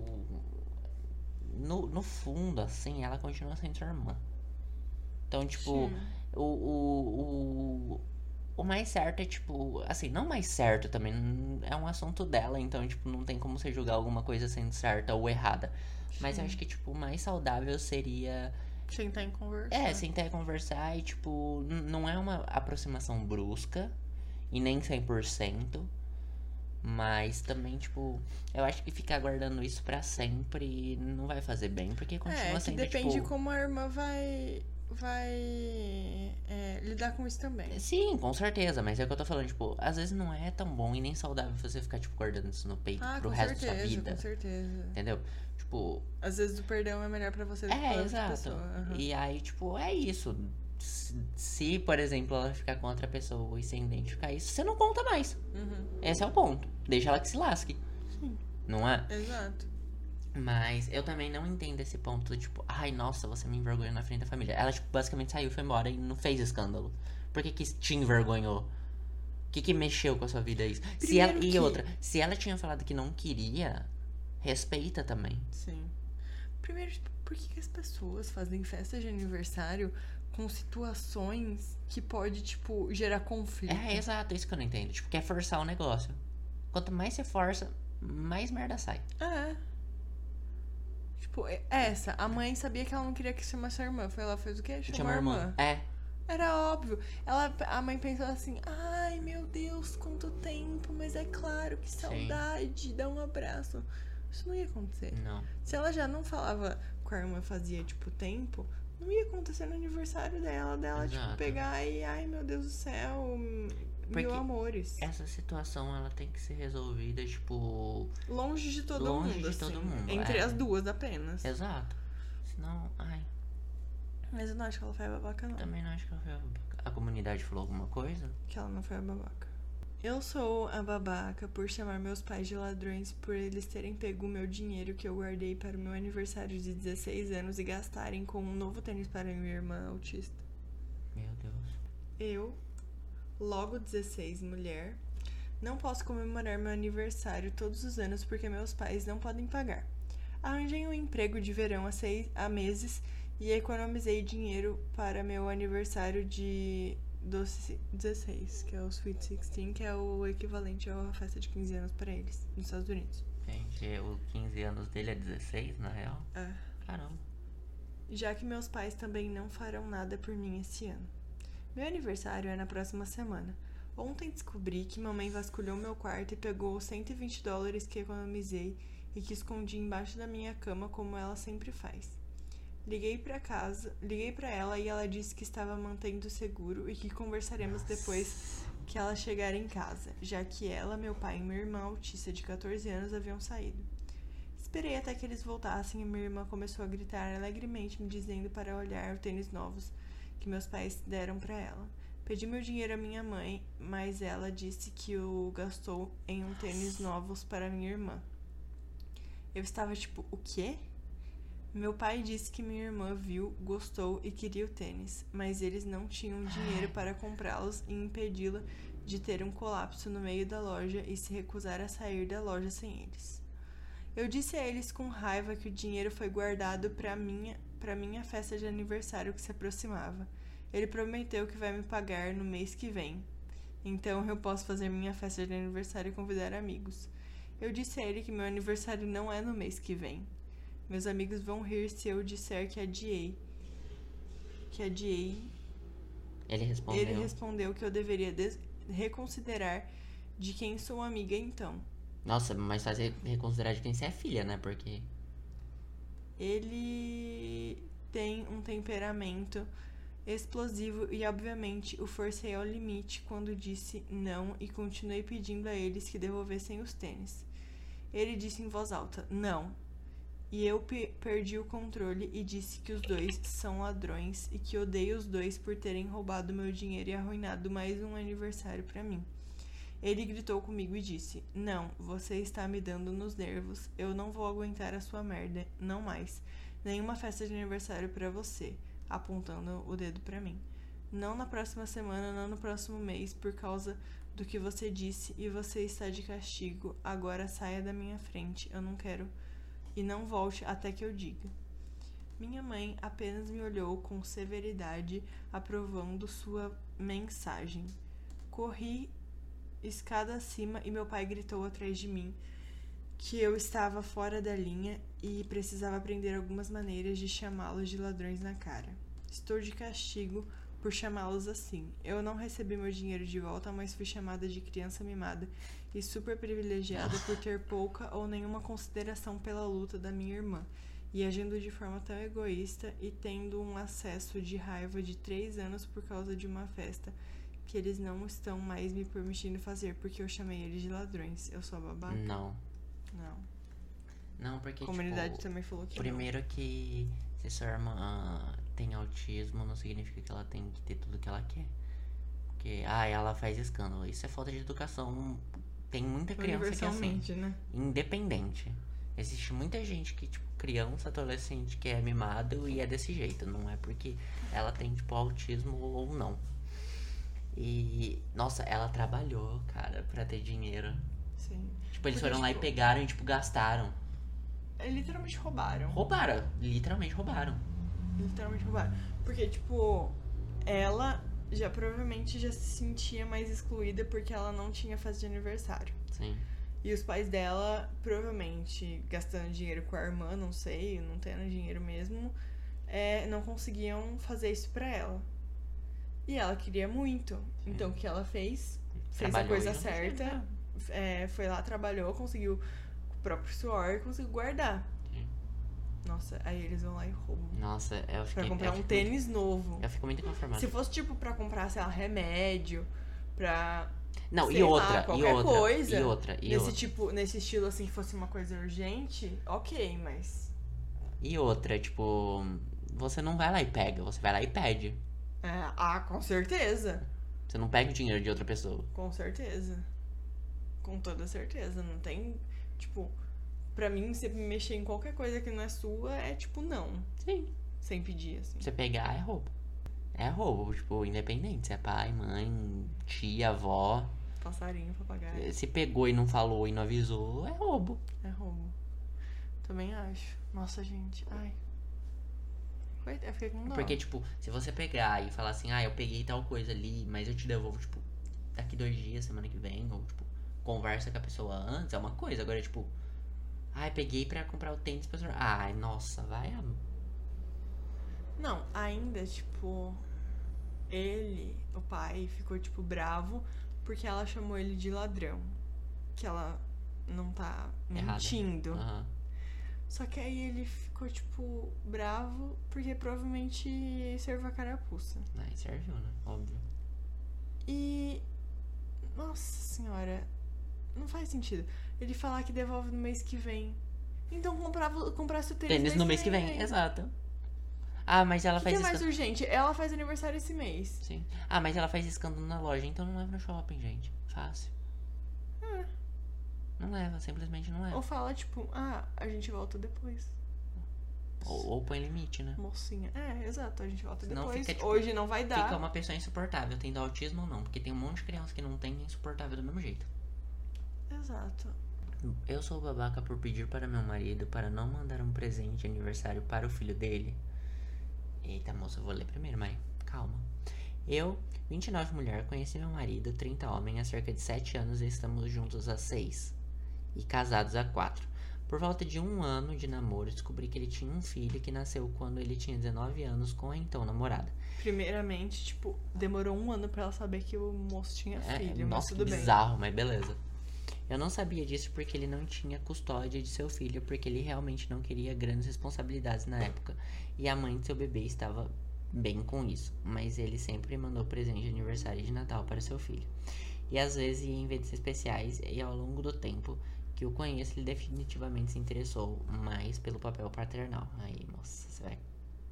No fundo, assim, ela continua sendo sua irmã. Então, tipo... O mais certo é, tipo... Assim, não mais certo também. É um assunto dela. Então, tipo, não tem como você julgar alguma coisa sendo certa ou errada. Mas eu acho que, tipo, o mais saudável seria... Sentar e conversar. Sentar e conversar e, tipo... Não é uma aproximação brusca. E nem 100%. Mas também, tipo... Eu acho que ficar guardando isso pra sempre não vai fazer bem. Porque continua sendo, depende tipo... como a irmã vai lidar com isso também. Sim, com certeza. Mas é o que eu tô falando, tipo... Às vezes não é tão bom e nem saudável você ficar, tipo, guardando isso no peito pro resto da sua vida. Com certeza. Entendeu? Tipo... Às vezes o perdão é melhor pra você do que pra outra exato. pessoa. Uhum. E aí, tipo, é isso. Se, por exemplo, ela ficar com outra pessoa e sem identificar isso, você não conta mais. Uhum. Esse é o ponto. Deixa ela que se lasque. Sim. Não é? Exato. Mas eu também não entendo esse ponto, tipo, ai, nossa, você me envergonhou na frente da família. Ela, tipo, basicamente saiu, foi embora e não fez escândalo. Por que te envergonhou? O que mexeu com a sua vida isso? Se ela tinha falado que não queria, respeita também. Sim. Primeiro, tipo, por que as pessoas fazem festa de aniversário com situações que pode, tipo, gerar conflito? Exato, isso que eu não entendo. Tipo, quer forçar o negócio. Quanto mais você força, mais merda sai. Tipo, a mãe sabia que ela não queria que chamasse a irmã. Ela fez o quê? Chamou a irmã. Era óbvio. A mãe pensou assim, ai meu Deus, quanto tempo, mas é claro, que saudade, dá um abraço. Isso não ia acontecer. Não. Se ela já não falava com a irmã fazia, tipo, tempo, não ia acontecer no aniversário dela, tipo, pegar e, ai meu Deus do céu, mil amores. Essa situação, ela tem que ser resolvida, tipo... longe de todo mundo, entre as duas apenas. Exato. Senão, Mas eu não acho que ela foi a babaca, não. Também não acho que ela foi a babaca. A comunidade falou alguma coisa? Que ela não foi a babaca. Eu sou a babaca por chamar meus pais de ladrões por eles terem pego o meu dinheiro que eu guardei para o meu aniversário de 16 anos e gastarem com um novo tênis para minha irmã autista. Meu Deus. Eu, logo 16, mulher, não posso comemorar meu aniversário todos os anos porque meus pais não podem pagar. Arranjei um emprego de verão há meses e economizei dinheiro para meu aniversário de doce 16, que é o Sweet 16, que é o equivalente à festa de 15 anos para eles, nos Estados Unidos. Gente, os 15 anos dele é 16, na real? Caramba. Já que meus pais também não farão nada por mim esse ano. Meu aniversário é na próxima semana. Ontem descobri que mamãe vasculhou meu quarto e pegou os $120 que economizei e que escondi embaixo da minha cama como ela sempre faz. Liguei pra ela e ela disse que estava mantendo seguro e que conversaremos depois que ela chegar em casa, já que ela, meu pai e minha irmã autista de 14 anos haviam saído. Esperei até que eles voltassem e minha irmã começou a gritar alegremente, me dizendo para olhar os tênis novos que meus pais deram para ela. Pedi meu dinheiro à minha mãe, mas ela disse que o gastou em um tênis novos para minha irmã. Eu estava tipo, o quê? Meu pai disse que minha irmã viu, gostou e queria o tênis, mas eles não tinham dinheiro para comprá-los e impedi-la de ter um colapso no meio da loja e se recusar a sair da loja sem eles. Eu disse a eles com raiva que o dinheiro foi guardado para minha festa de aniversário que se aproximava. Ele prometeu que vai me pagar no mês que vem. Então eu posso fazer minha festa de aniversário e convidar amigos. Eu disse a ele que meu aniversário não é no mês que vem. Meus amigos vão rir se eu disser que adiei. Ele respondeu que eu deveria reconsiderar de quem sou amiga então. Nossa, mas fazer reconsiderar de quem você é filha, né? Porque... ele tem um temperamento explosivo e obviamente o forcei ao limite quando disse não e continuei pedindo a eles que devolvessem os tênis. Ele disse em voz alta, não. E eu perdi o controle e disse que os dois são ladrões e que odeio os dois por terem roubado meu dinheiro e arruinado mais um aniversário pra mim. Ele gritou comigo e disse, não, você está me dando nos nervos, eu não vou aguentar a sua merda, não mais. Nenhuma festa de aniversário pra você, apontando o dedo pra mim. Não na próxima semana, não no próximo mês, por causa do que você disse e você está de castigo. Agora saia da minha frente, eu não quero... e não volte até que eu diga. Minha mãe apenas me olhou com severidade, aprovando sua mensagem. Corri escada acima e meu pai gritou atrás de mim que eu estava fora da linha e precisava aprender algumas maneiras de chamá-los de ladrões na cara. Estou de castigo por chamá-los assim. Eu não recebi meu dinheiro de volta, mas fui chamada de criança mimada e super privilegiada por ter pouca ou nenhuma consideração pela luta da minha irmã, e agindo de forma tão egoísta e tendo um acesso de raiva de 3 anos por causa de uma festa que eles não estão mais me permitindo fazer porque eu chamei eles de ladrões. Eu sou a babaca? Não. Não, porque, a comunidade também falou que primeiro não. Que se sua irmã tem autismo, não significa que ela tem que ter tudo que ela quer. Porque, ela faz escândalo. Isso é falta de educação. Tem muita criança que é assim, né? Independente. Existe muita gente que, tipo, criança, adolescente que é mimado e é desse jeito. Não é porque ela tem, tipo, autismo ou não. E, nossa, ela trabalhou, cara, pra ter dinheiro. Sim. Tipo, eles foram lá e pegaram e, tipo, gastaram. literalmente roubaram. Roubaram, literalmente roubaram. Literalmente roubaram. Porque, tipo, ela já provavelmente já se sentia mais excluída porque ela não tinha festa de aniversário. Sim. E os pais dela, provavelmente, gastando dinheiro com a irmã, não sei, não tendo dinheiro mesmo, não conseguiam fazer isso pra ela. E ela queria muito. Sim. Então, o que ela fez? Fez Trabalhou a coisa e não certa. Foi lá, trabalhou, conseguiu com o próprio suor, conseguiu guardar. Sim. Nossa, aí eles vão lá e roubam. Nossa, eu fiquei... Pra comprar um tênis novo. Eu fico muito inconformado. Se fosse, tipo, pra comprar, sei lá, remédio, pra... Não, sei e lá, outra, qualquer coisa. e Tipo, nesse estilo, assim, que fosse uma coisa urgente, ok, mas... E outra, tipo, você não vai lá e pega, você vai lá e pede. Com certeza. Você não pega o dinheiro de outra pessoa. Com certeza. Com toda certeza. Não tem, tipo... Pra mim, você mexer em qualquer coisa que não é sua, é tipo, não. Sim. Sem pedir, assim. Você pegar é roubo. É roubo, tipo, independente. Se é pai, mãe, tia, avó. Passarinho, papagaio. Se pegou e não falou e não avisou, é roubo. É roubo. Também acho. Nossa, gente. Ai. Eu fiquei com dó. Porque, tipo, se você pegar e falar assim, eu peguei tal coisa ali, mas eu te devolvo, tipo, daqui 2 dias, semana que vem, ou, tipo, conversa com a pessoa antes, é uma coisa. Agora, tipo, peguei pra comprar o tênis pra... nossa, vai Não, ainda, tipo... Ele, o pai, ficou, tipo, bravo porque ela chamou ele de ladrão. Que ela não tá mentindo. Uhum. Só que aí ele ficou, tipo, bravo porque provavelmente serviu a carapuça. Serviu, né? Óbvio. E... Nossa senhora... Não faz sentido. Ele falar que devolve no mês que vem. Então comprasse o tênis no mês que vem. Exato. Mas ela faz isso. O que é mais urgente? Ela faz aniversário esse mês. Sim. Mas ela faz escândalo na loja, então não leva no shopping, gente. Fácil. Não leva, simplesmente não leva. Ou fala, tipo, a gente volta depois. Ou põe limite, né? Mocinha. Exato, a gente volta Senão depois. Fica, tipo, hoje não vai dar. Fica uma pessoa insuportável, tendo autismo ou não. Porque tem um monte de criança que não tem insuportável do mesmo jeito. Exato. Eu sou babaca por pedir para meu marido para não mandar um presente de aniversário para o filho dele. Eita, moça, eu vou ler primeiro, mas calma. Eu, 29 mulher, conheci meu marido, 30 homem, há cerca de 7 anos e estamos juntos há 6. E casados há 4. Por volta de 1 ano de namoro, descobri que ele tinha um filho que nasceu quando ele tinha 19 anos com a então namorada. Primeiramente, tipo, demorou 1 ano pra ela saber que o moço tinha filho, nossa, mas tudo bem. Bizarro, mas beleza. Eu não sabia disso porque ele não tinha custódia de seu filho, porque ele realmente não queria grandes responsabilidades na época. E a mãe de seu bebê estava bem com isso, mas ele sempre mandou presente de aniversário e de Natal para seu filho. E às vezes ia em eventos especiais, e ao longo do tempo que o conheço, ele definitivamente se interessou mais pelo papel paternal. Aí, moça, você vai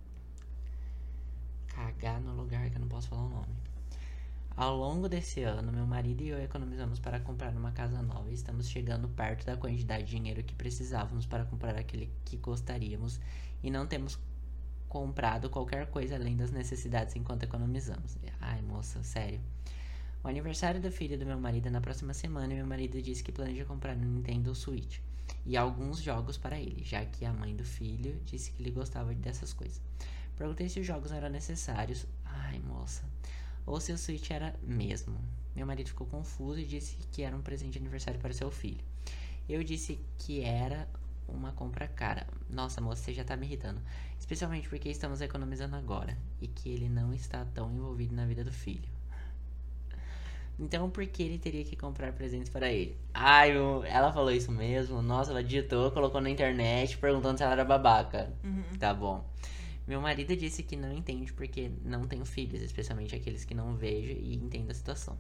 cagar no lugar que eu não posso falar o nome. Ao longo desse ano, meu marido e eu economizamos para comprar uma casa nova e estamos chegando perto da quantidade de dinheiro que precisávamos para comprar aquele que gostaríamos e não temos comprado qualquer coisa além das necessidades enquanto economizamos. Ai, moça, sério. O aniversário do filho do meu marido é na próxima semana e meu marido disse que planeja comprar um Nintendo Switch e alguns jogos para ele, já que a mãe do filho disse que ele gostava dessas coisas. Perguntei se os jogos eram necessários. Ai, moça. Ou se o Switch era mesmo. Meu marido ficou confuso e disse que era um presente de aniversário para seu filho. Eu disse que era uma compra cara. Nossa, moça, você já tá me irritando. Especialmente porque estamos economizando agora e que ele não está tão envolvido na vida do filho. Então, por que ele teria que comprar presentes para ele? Ela falou isso mesmo. Nossa, ela digitou, colocou na internet perguntando se ela era babaca. Tá bom. Meu marido disse que não entende porque não tenho filhos, especialmente aqueles que não vejo e entendo a situação.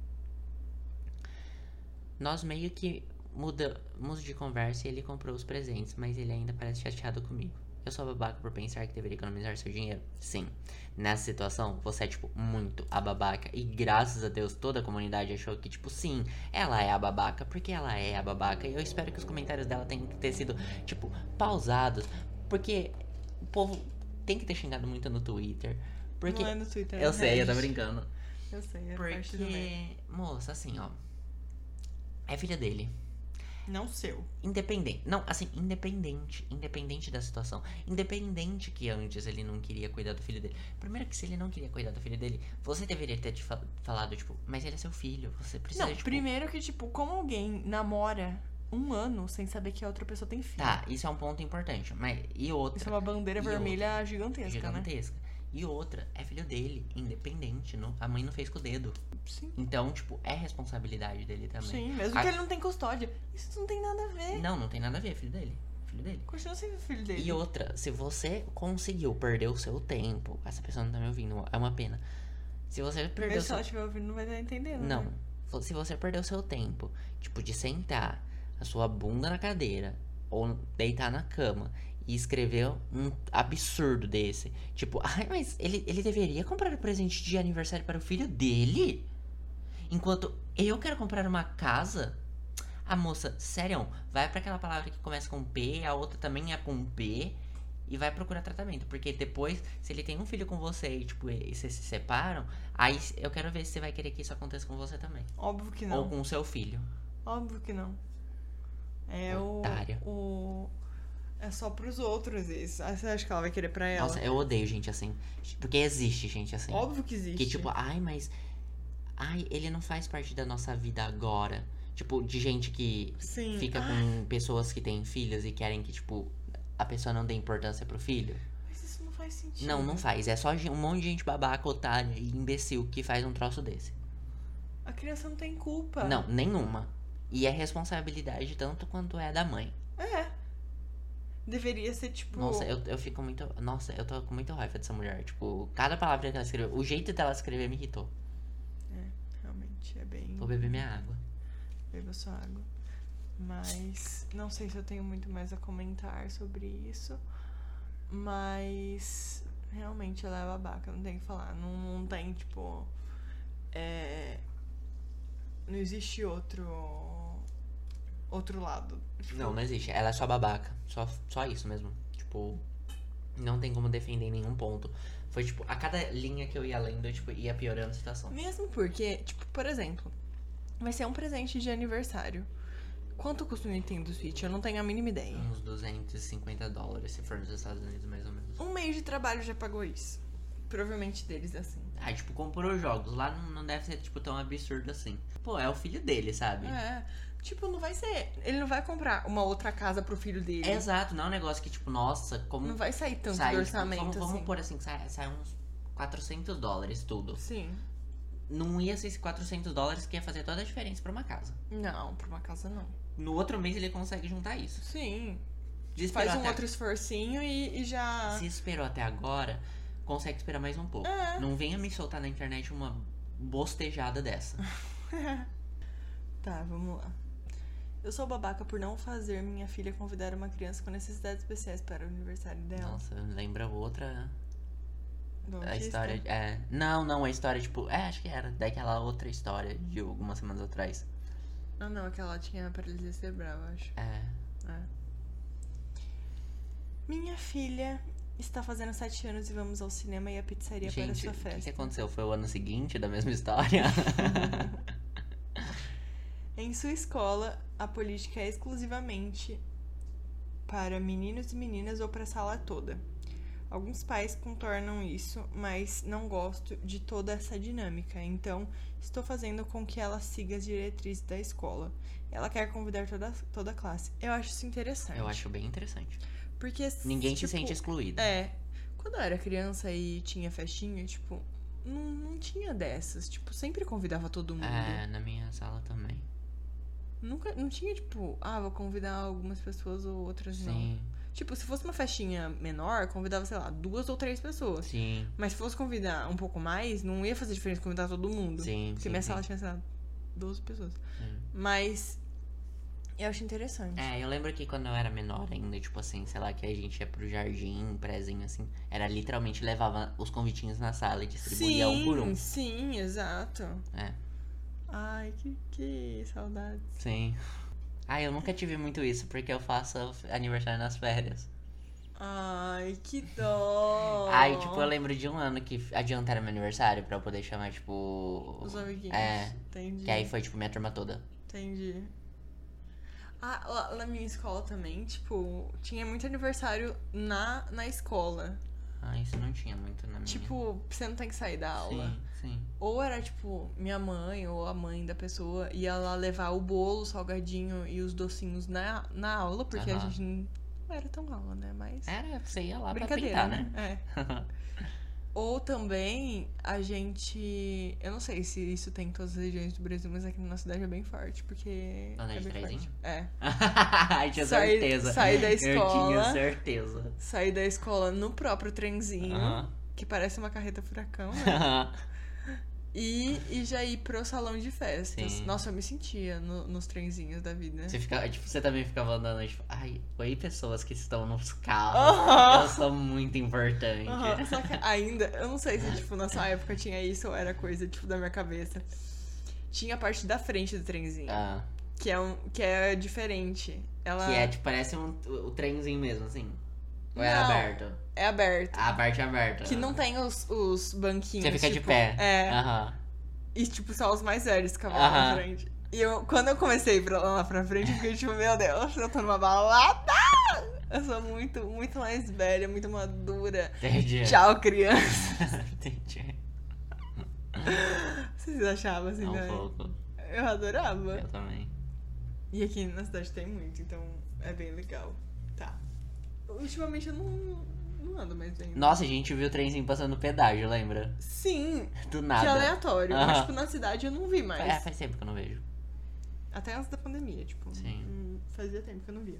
Nós meio que mudamos de conversa e ele comprou os presentes, mas ele ainda parece chateado comigo. Eu sou babaca por pensar que deveria economizar seu dinheiro? Sim. Nessa situação, você é, tipo, muito a babaca. E graças a Deus, toda a comunidade achou que, tipo, sim, ela é a babaca, porque ela é a babaca. E eu espero que os comentários dela tenham que ter sido, tipo, pausados. Porque o povo tem que ter xingado muito no Twitter. Porque... Não é no Twitter, eu sei, eu tô brincando. Eu sei, Porque, moça, assim, ó. É filha dele. Não seu. Independente. Não, assim, independente. Independente da situação. Independente que antes ele não queria cuidar do filho dele. Primeiro que se ele não queria cuidar do filho dele, você deveria ter te falado, tipo, mas ele é seu filho. Você precisa, Não, tipo... primeiro que, tipo, como alguém namora 1 ano sem saber que a outra pessoa tem filho? Tá, isso é um ponto importante. Mas, e outra? Isso é uma bandeira vermelha outra, gigantesca, né? gigantesca. E outra, é filho dele, independente. Não, a mãe não fez com o dedo. Sim. Então, tipo, é responsabilidade dele também. Sim, mesmo que ele não tem custódia. Isso não tem nada a ver. Não tem nada a ver, é filho dele. Filho dele. Continua sendo filho dele. E outra, se você conseguiu perder o seu tempo, essa pessoa não tá me ouvindo, é uma pena. Se você perdeu Mas se ela estiver ouvindo, não vai estar entendendo. Não. Né? Se você perdeu o seu tempo, tipo, de sentar a sua bunda na cadeira ou deitar na cama e escrever um absurdo desse, tipo, ai, mas ele deveria comprar um presente de aniversário para o filho dele? Enquanto eu quero comprar uma casa? A moça, sério, vai pra aquela palavra que começa com P, a outra também é com P, e vai procurar tratamento. Porque depois, se ele tem um filho com você e, tipo, e vocês se separam, aí eu quero ver se você vai querer que isso aconteça com você também. Óbvio que não. Ou com o seu filho. Óbvio que não. É Otária. É só pros outros isso. Aí você acha que ela vai querer pra ela? Nossa, eu odeio gente assim. Porque existe gente assim. Óbvio que existe. Que tipo, ai, mas... Ai, ele não faz parte da nossa vida agora. Tipo, de gente que Sim. fica com pessoas que têm filhos e querem que, tipo, a pessoa não dê importância pro filho. Mas isso não faz sentido. Não faz. É só um monte de gente babaca, otária e imbecil que faz um troço desse. A criança não tem culpa. Não, nenhuma. E é responsabilidade tanto quanto é da mãe. É. Deveria ser tipo... Nossa, eu fico muito... Nossa, eu tô com muita raiva dessa mulher. Tipo, cada palavra que ela escreveu... O jeito dela escrever me irritou. É, realmente, é bem... Vou beber minha água. Beba sua água. Mas não sei se eu tenho muito mais a comentar sobre isso. Mas realmente ela é babaca, não tem o que falar. Não tem, tipo... Não existe outro lado. Não existe. Ela é só babaca. Só isso mesmo. Tipo, não tem como defender em nenhum ponto. Foi, tipo, a cada linha que eu ia lendo, tipo, ia piorando a situação. Mesmo porque, tipo, por exemplo, vai ser um presente de aniversário. Quanto custa o Nintendo Switch? Eu não tenho a mínima ideia. Uns $250, se for nos Estados Unidos, mais ou menos. Um mês de trabalho já pagou isso. Provavelmente deles é assim. Ah, tipo, comprou jogos. Lá não deve ser, tipo, tão absurdo assim. Pô, é o filho dele, sabe? É. Tipo, não vai ser... Ele não vai comprar uma outra casa pro filho dele. Exato, não é um negócio que, tipo, nossa, como... Não vai sair tanto sai, do orçamento, tipo, vamos assim. pôr assim, que sai uns $400 tudo. Sim. Não ia ser esses $400 que ia fazer toda a diferença pra uma casa. Não, pra uma casa não. No outro mês ele consegue juntar isso. Sim. Desesperou Faz um até... outro esforcinho e já... Se esperou até agora, consegue esperar mais um pouco. É. Não venha me soltar na internet uma bostejada dessa. Tá, vamos lá. Eu sou babaca por não fazer minha filha convidar uma criança com necessidades especiais para o aniversário dela. Nossa, lembra outra... Do A autista? história... Não, a história, tipo... acho que era daquela outra história de algumas semanas atrás. Ah, não, aquela tinha paralisia cerebral, eu acho. É. Minha filha está fazendo 7 anos e vamos ao cinema e à pizzaria para Gente, sua o festa. que aconteceu? Foi o ano seguinte da mesma história? Em sua escola, a política é exclusivamente para meninos e meninas ou para a sala toda. Alguns pais contornam isso, mas não gosto de toda essa dinâmica, então estou fazendo com que ela siga as diretrizes da escola. Ela quer convidar toda a classe. Eu acho isso interessante. Eu acho bem interessante. Porque, Ninguém tipo, se sente excluído. Quando eu era criança e tinha festinha, tipo, não tinha dessas. Tipo, sempre convidava todo mundo. Na minha sala também. Nunca, não tinha, tipo, vou convidar algumas pessoas ou outras não. Sim. Tipo, se fosse uma festinha menor, convidava, sei lá, 2 ou 3 pessoas. Sim. Mas se fosse convidar um pouco mais, não ia fazer diferença convidar todo mundo. Sim, Porque sim, minha sim. sala tinha, sei lá, 12 pessoas. Sim. Mas eu acho interessante. Eu lembro que quando eu era menor ainda, tipo assim, sei lá, que a gente ia pro jardim, prézinho, assim, era literalmente levava os convitinhos na sala e distribuía um por um. Sim, exato. É. Ai, que saudades. Sim. Eu nunca tive muito isso, porque eu faço aniversário nas férias. Ai, que dó. Tipo, eu lembro de um ano que adiantaram meu aniversário pra eu poder chamar, tipo... Os amiguinhos. É. Entendi. Que aí foi, tipo, minha turma toda. Entendi. Lá na minha escola também, tipo, tinha muito aniversário na escola. Ah, isso não tinha muito na minha. Tipo, você não tem que sair da aula. Sim. Ou era, tipo, minha mãe ou a mãe da pessoa ia lá levar o bolo, o salgadinho e os docinhos na aula, porque a gente não era tão aula, né? Mas. Era, você ia lá pra brincadeira, pintar, né? É. Ou também a gente. Eu não sei se isso tem em todas as regiões do Brasil, mas aqui na nossa cidade é bem forte, porque. Andar é de bem trezinho? forte. É. Ai, tinha certeza. Sair da Eu escola. tinha certeza. Sair da escola no próprio trenzinho, que parece uma carreta furacão, né? E já ir pro salão de festas. Sim. Nossa, eu me sentia nos trenzinhos da vida. Você também ficava andando, tipo, ai, oi, pessoas que estão nos carros. Eu sou muito importante. Só que ainda, eu não sei se, tipo, na sua época tinha isso ou era coisa, tipo, da minha cabeça. Tinha a parte da frente do trenzinho. Que é diferente. Ela... Que é, tipo, parece o trenzinho mesmo, assim. Ou é Não, aberto? É aberto. A parte é aberta. Que não tem os banquinhos. Você fica tipo, de pé. É. E, tipo, só os mais velhos ficavam lá na frente. E quando eu comecei a ir lá pra frente, eu fiquei tipo, meu Deus, eu tô numa balada! Eu sou muito, muito mais velha, muito madura. Entendi. Tchau, criança. Entendi. Vocês achavam assim, né? Um pouco. Eu adorava. Eu também. E aqui na cidade tem muito, então é bem legal. Tá. Ultimamente eu não ando mais bem. Nossa, a gente viu o trenzinho passando no pedágio, lembra? Sim. Do nada. Que aleatório. Mas, tipo, na cidade eu não vi mais. Faz tempo que eu não vejo. Até antes da pandemia, tipo. Sim. Fazia tempo que eu não via.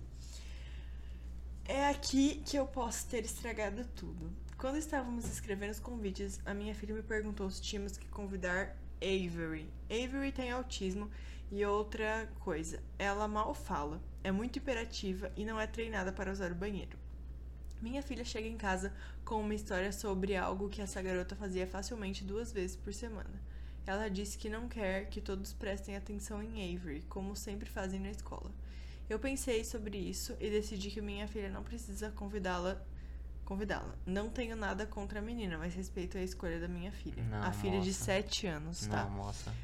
É aqui que eu posso ter estragado tudo. Quando estávamos escrevendo os convites, a minha filha me perguntou se tínhamos que convidar Avery. Avery tem autismo e outra coisa, ela mal fala, é muito hiperativa e não é treinada para usar o banheiro. Minha filha chega em casa com uma história sobre algo que essa garota fazia facilmente 2 vezes por semana. Ela disse que não quer que todos prestem atenção em Avery, como sempre fazem na escola. Eu pensei sobre isso e decidi que minha filha não precisa convidá-la. Não tenho nada contra a menina, mas respeito a escolha da minha filha. Não, a filha moça. de 7 anos, tá? Não, moça.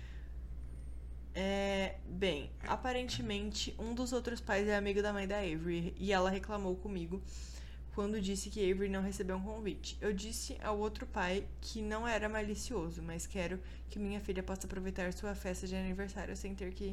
Bem, aparentemente um dos outros pais é amigo da mãe da Avery e ela reclamou comigo quando disse que Avery não recebeu um convite. Eu disse ao outro pai que não era malicioso, mas quero que minha filha possa aproveitar sua festa de aniversário sem ter que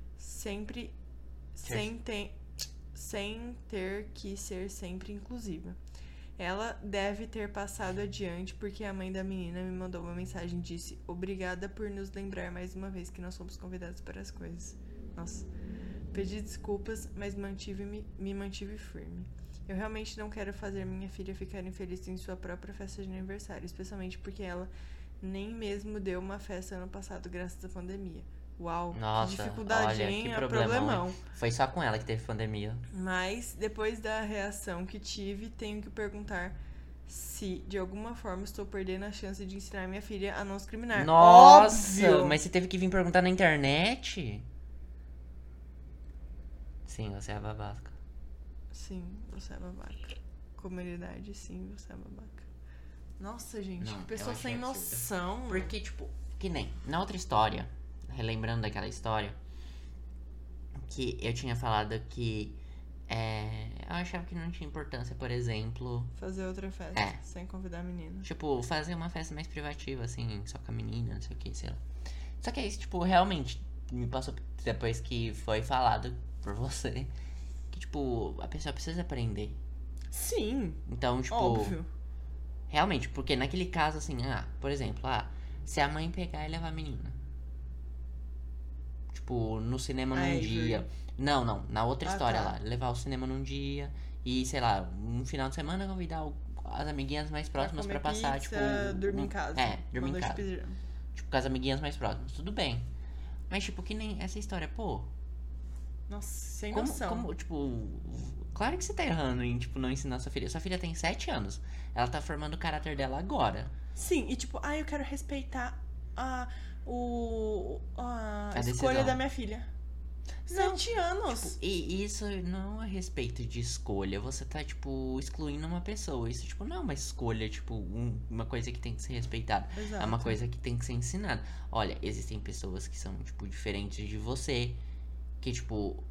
ser sempre inclusiva. Ela deve ter passado adiante porque a mãe da menina me mandou uma mensagem e disse: obrigada por nos lembrar mais uma vez que nós somos convidados para as coisas. Nossa. Pedi desculpas, mas me mantive firme. Eu realmente não quero fazer minha filha ficar infeliz em sua própria festa de aniversário, especialmente porque ela nem mesmo deu uma festa ano passado graças à pandemia. Uau, Nossa, que dificuldadinha, olha, que problemão. Foi só com ela que teve pandemia. Mas, depois da reação que tive, tenho que perguntar se, de alguma forma, estou perdendo a chance de ensinar minha filha a não discriminar. Nossa, Óbvio! mas você teve que vir perguntar na internet? Sim, você é babaca. Sim, você é babaca. Comunidade, sim, você é babaca. Nossa, gente, Não, que pessoa eu achei sem absurdo. noção. Porque, tipo, que nem na outra história, relembrando daquela história, que eu tinha falado que eu achava que não tinha importância, por exemplo, Fazer outra festa, sem convidar a menina. tipo, fazer uma festa mais privativa, assim, só com a menina, não sei o que, sei lá. Só que é isso, tipo, realmente me passou depois que foi falado por você que, tipo, a pessoa precisa aprender. Sim, Então, tipo, óbvio. realmente, porque naquele caso, assim, por exemplo, se a mãe pegar e levar a menina, tipo, no cinema num Avery. dia. Não, na outra história tá. lá. Levar ao cinema num dia e, sei lá, um final de semana convidar as amiguinhas mais próximas pra comer passar, pizza, tipo. dormir em casa. Dormir em Uma noite casa. de pijama. Tipo, com as amiguinhas mais próximas. Tudo bem. Mas, tipo, que nem essa história, pô. Nossa, sem noção. Como, tipo. Claro que você tá errando em, tipo, não ensinar sua filha. Sua filha tem 7 anos. Ela tá formando o caráter dela agora. Sim, e tipo, eu quero respeitar a escolha decisão. da minha filha. Não, 7 anos. Tipo, e isso não é respeito de escolha. Você tá, tipo, excluindo uma pessoa. Isso, tipo, não é uma escolha, tipo, uma coisa que tem que ser respeitada. Exato. É uma coisa que tem que ser ensinada. Olha, existem pessoas que são, tipo, diferentes de você. Que, tipo,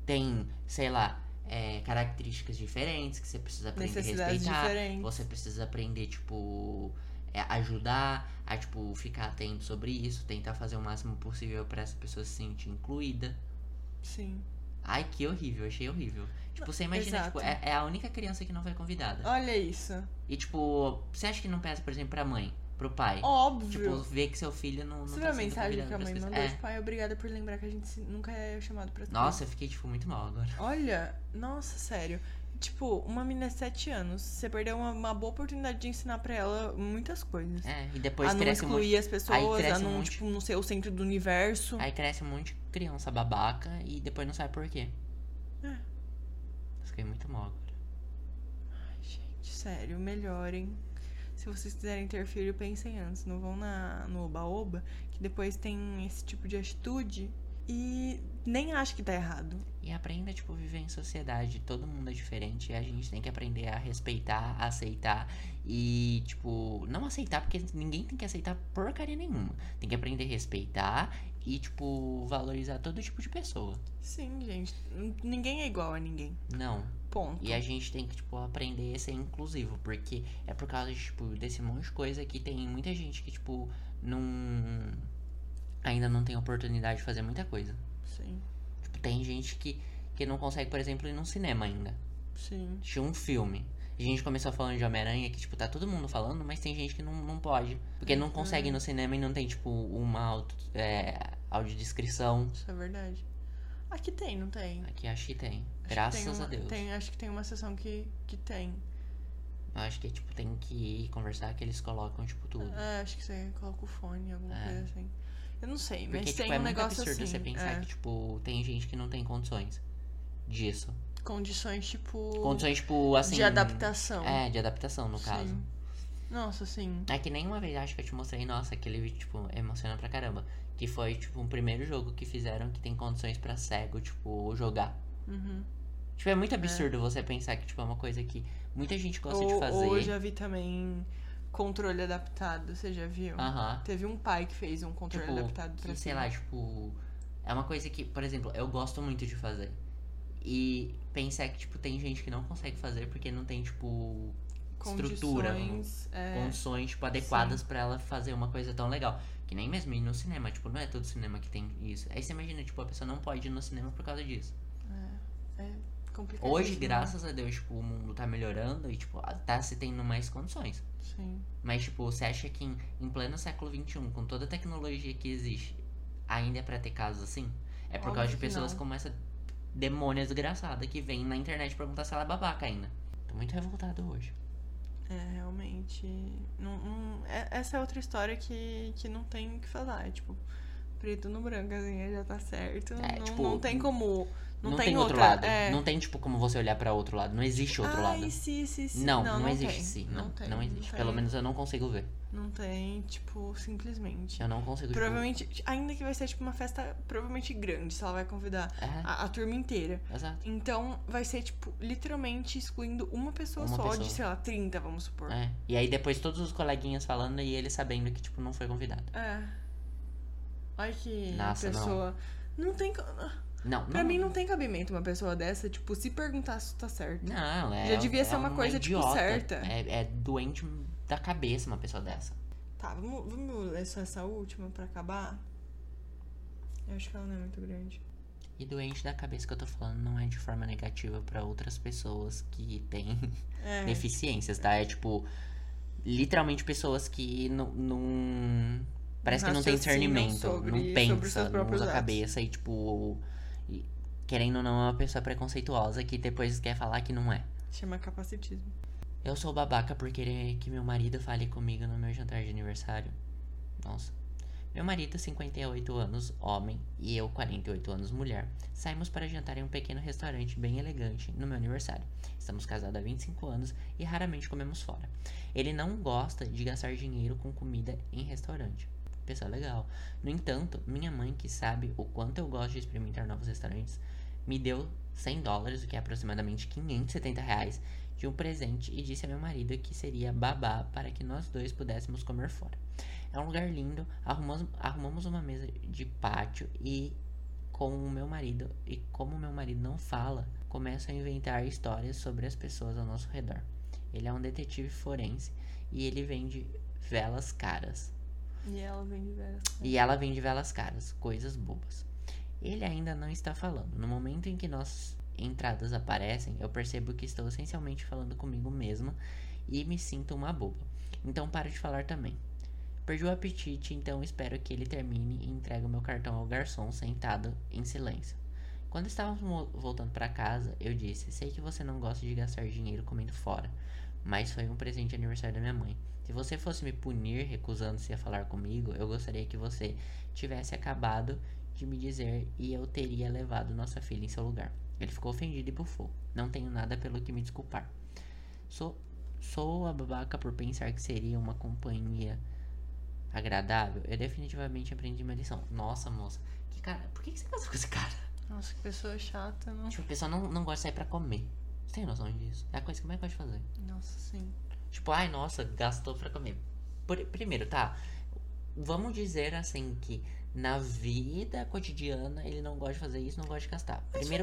tem, sei lá, características diferentes que você precisa aprender a Necessidades respeitar. diferentes. Você precisa aprender, tipo, ajudar a, tipo, ficar atento sobre isso, tentar fazer o máximo possível pra essa pessoa se sentir incluída. Sim. Ai, que horrível, achei horrível. Tipo, você imagina, Exato. tipo, é a única criança que não foi convidada. Olha isso. E, tipo, você acha que não pesa, por exemplo, pra mãe, pro pai? Óbvio. Tipo, ver que seu filho não Você tá viu a sendo mensagem convidado que a pras mãe coisas. mandou? Tipo, ai, obrigada por lembrar que a gente nunca é chamado pra tudo. Nossa, eu fiquei, tipo, muito mal agora. Olha, nossa, sério. Tipo, uma menina de 7 anos, você perdeu uma boa oportunidade de ensinar pra ela muitas coisas. E depois A não cresce excluir as pessoas, a não, monte... tipo, não ser o centro do universo. Aí cresce um monte de criança babaca e depois não sabe por quê. Fiquei muito mal agora. Ai, gente, sério, melhorem. Se vocês quiserem ter filho, pensem antes. Não vão no oba-oba, que depois tem esse tipo de atitude e nem acho que tá errado. E aprenda, tipo, viver em sociedade. Todo mundo é diferente e a gente tem que aprender a respeitar, a aceitar e, tipo, não aceitar porque ninguém tem que aceitar porcaria nenhuma. Tem que aprender a respeitar e, tipo, valorizar todo tipo de pessoa. Sim, gente. Ninguém é igual a ninguém. Não. Ponto. E a gente tem que, tipo, aprender a ser inclusivo, porque é por causa, tipo, desse monte de coisa que tem muita gente que, tipo, ainda não tem oportunidade de fazer muita coisa. Sim. Tipo, tem gente que não consegue, por exemplo, ir num cinema ainda. Sim. Assistir um filme. A gente começou falando de Homem-Aranha, que, tipo, tá todo mundo falando, mas tem gente que não pode. Porque não consegue ir no cinema e não tem, tipo, uma audiodescrição. Isso é verdade. Aqui tem, não tem? Aqui acho que tem. Acho Graças que tem a Deus. Acho que tem uma sessão que tem. Eu acho que, tipo, tem que ir conversar que eles colocam, tipo, tudo. Acho que você coloca o fone, alguma coisa assim. Eu não sei, Porque, mas tipo, tem é um muito negócio absurdo assim. você pensar que, tipo, tem gente que não tem condições disso. Condições, tipo... Condições, tipo, assim... de adaptação. De adaptação, no caso. Nossa, sim. É que nem uma vez, acho que eu te mostrei, nossa, aquele vídeo, tipo, emociona pra caramba. Que foi, tipo, um primeiro jogo que fizeram que tem condições pra cego, tipo, jogar. Tipo, é muito absurdo você pensar que, tipo, é uma coisa que muita gente gosta de fazer. Ou eu já vi também controle adaptado, você já viu? Teve um pai que fez um controle tipo, adaptado pra sei lá, tipo... É uma coisa que, por exemplo, eu gosto muito de fazer. E pensar que, tipo, tem gente que não consegue fazer porque não tem, tipo... estrutura, condições, tipo, adequadas pra ela fazer uma coisa tão legal. Que nem mesmo ir no cinema, tipo, não é todo cinema que tem isso. Aí você imagina, tipo, a pessoa não pode ir no cinema por causa disso. É complicado. Hoje, graças a Deus, tipo, o mundo tá melhorando e, tipo, tá se tendo mais condições. Sim. Mas, tipo, você acha que em pleno século XXI, com toda a tecnologia que existe, ainda é pra ter casos assim? É por causa de pessoas como essa demônia desgraçada que vem na internet perguntar se ela é babaca ainda. Tô muito revoltado hoje. Realmente. Essa é outra história que não tem o que falar. É tipo, preto no branco, assim, já tá certo. Não tem como. Não tem outro lado. Não tem, tipo, como você olhar pra outro lado. Não existe outro lado. Sim. Não existe sim. Não existe. Pelo menos eu não consigo ver. Não tem, tipo, simplesmente. Eu não consigo, provavelmente, ainda que vai ser, tipo, uma festa provavelmente grande, se ela vai convidar a turma inteira. Exato. Então, vai ser, tipo, literalmente excluindo uma pessoa só de, sei lá, 30, vamos supor. E aí depois todos os coleguinhas falando e ele sabendo que, tipo, não foi convidado. Olha que Nossa, pessoa... Não tem... Pra mim não tem cabimento uma pessoa dessa, tipo, se perguntar se tá certo. Não, já devia ser uma coisa, idiota. tipo, certa. É doente da cabeça uma pessoa dessa. Tá, vamos ler só essa última pra acabar? Eu acho que ela não é muito grande. E doente da cabeça que eu tô falando não é de forma negativa pra outras pessoas que têm deficiências, tá? É tipo, literalmente pessoas que não parece que não tem discernimento, não pensa, não usa a cabeça e, tipo, querendo ou não, é uma pessoa preconceituosa que depois quer falar que não é. Chama capacitismo. Eu sou babaca por querer que meu marido fale comigo no meu jantar de aniversário. Nossa. Meu marido, 58 anos, homem, e eu, 48 anos, mulher, saímos para jantar em um pequeno restaurante bem elegante no meu aniversário. Estamos casados há 25 anos e raramente comemos fora. Ele não gosta de gastar dinheiro com comida em restaurante. Pessoa legal. No entanto, minha mãe, que sabe o quanto eu gosto de experimentar novos restaurantes, me deu $100, o que é aproximadamente R$570, de um presente e disse a meu marido que seria babá para que nós dois pudéssemos comer fora. É um lugar lindo, arrumamos uma mesa de pátio e com o meu marido e, como o meu marido não fala, começo a inventar histórias sobre as pessoas ao nosso redor. Ele é um detetive forense e ele vende velas caras. E ela vende velas. E ela vende velas caras, coisas bobas. Ele ainda não está falando. No momento em que nossas entradas aparecem, eu percebo que estou essencialmente falando comigo mesma e me sinto uma boba. Então paro de falar também. Perdi o apetite, então espero que ele termine e entregue o meu cartão ao garçom sentado em silêncio. Quando estávamos voltando para casa, eu disse: sei que você não gosta de gastar dinheiro comendo fora, mas foi um presente de aniversário da minha mãe. Se você fosse me punir recusando-se a falar comigo, eu gostaria que você tivesse acabado de me dizer e eu teria levado nossa filha em seu lugar. Ele ficou ofendido e bufou. Não tenho nada pelo que me desculpar. Sou a babaca por pensar que seria uma companhia agradável. Eu definitivamente aprendi uma lição. Nossa, moça, que cara, por que você casou com esse cara? Nossa, que pessoa chata, não? Tipo, a pessoa não gosta de sair pra comer. Você tem noção disso? É a coisa que mais gosta de fazer. Nossa, sim. Tipo, ai, nossa, gastou pra comer. Primeiro, tá? Vamos dizer assim que na vida cotidiana ele não gosta de fazer isso, não gosta de gastar.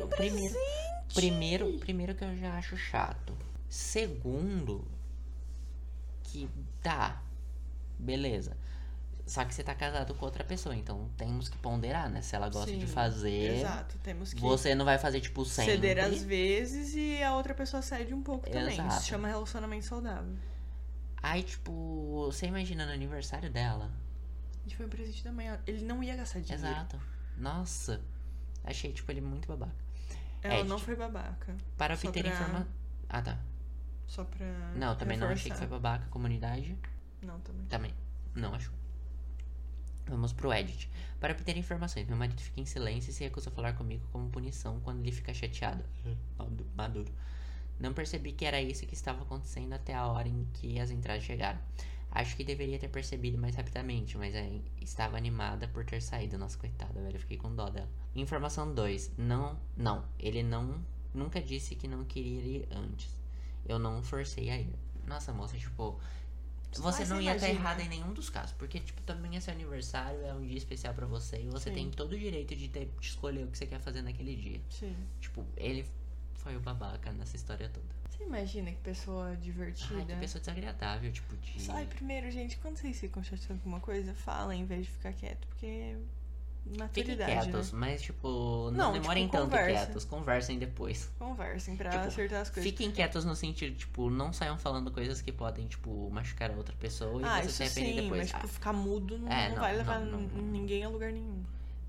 Primeiro que eu já acho chato. Segundo, que tá, beleza. Só que você tá casado com outra pessoa, então temos que ponderar, né? Se ela gosta Sim, de fazer, exato, temos que você não vai fazer, tipo, sempre. ceder às vezes e a outra pessoa cede um pouco também. Exato. Isso se chama relacionamento saudável. Aí, tipo, você imagina no aniversário dela. A gente foi um presente da manhã. Ele não ia gastar dinheiro. Exato. Nossa. Achei, tipo, ele muito babaca. Ela não foi babaca. Para Só obter pra- informação. Ah, tá. Só pra. Não, também não achei que reforçar. foi babaca. Comunidade. Não, também. Também. Não achou. Vamos pro edit. Para obter informações, meu marido fica em silêncio e se recusa a falar comigo como punição quando ele fica chateado. Maduro. Não percebi que era isso que estava acontecendo até a hora em que as entradas chegaram. Acho que deveria ter percebido mais rapidamente, mas estava animada por ter saído. Nossa, coitada, velho, eu fiquei com dó dela. Informação 2. Não, ele nunca disse que não queria ir antes. Eu não forcei a ir. Nossa, moça, tipo, você não ia estar errada em nenhum dos casos, porque, tipo, também é seu aniversário, é um dia especial pra você, e você Sim. tem todo o direito de escolher o que você quer fazer naquele dia. Sim. Tipo, ele foi o babaca nessa história toda. Você imagina que pessoa divertida. Ai, que pessoa desagradável, tipo, de... Ai, primeiro, gente, quando vocês ficam chateando com uma coisa, fala em vez de ficar quieto, porque. Fiquem Maturidade, quietos, né? mas, tipo, Não, não demorem tipo, tanto conversa. quietos. Conversem depois. Conversem pra Tipo, acertar as coisas. Fiquem quietos no sentido, tipo, não saiam falando coisas que podem, tipo, machucar a outra pessoa e Ah, você isso se arrepender sim, depois. mas tipo, ficar mudo não, É, não não, vai levar não. ninguém a lugar nenhum.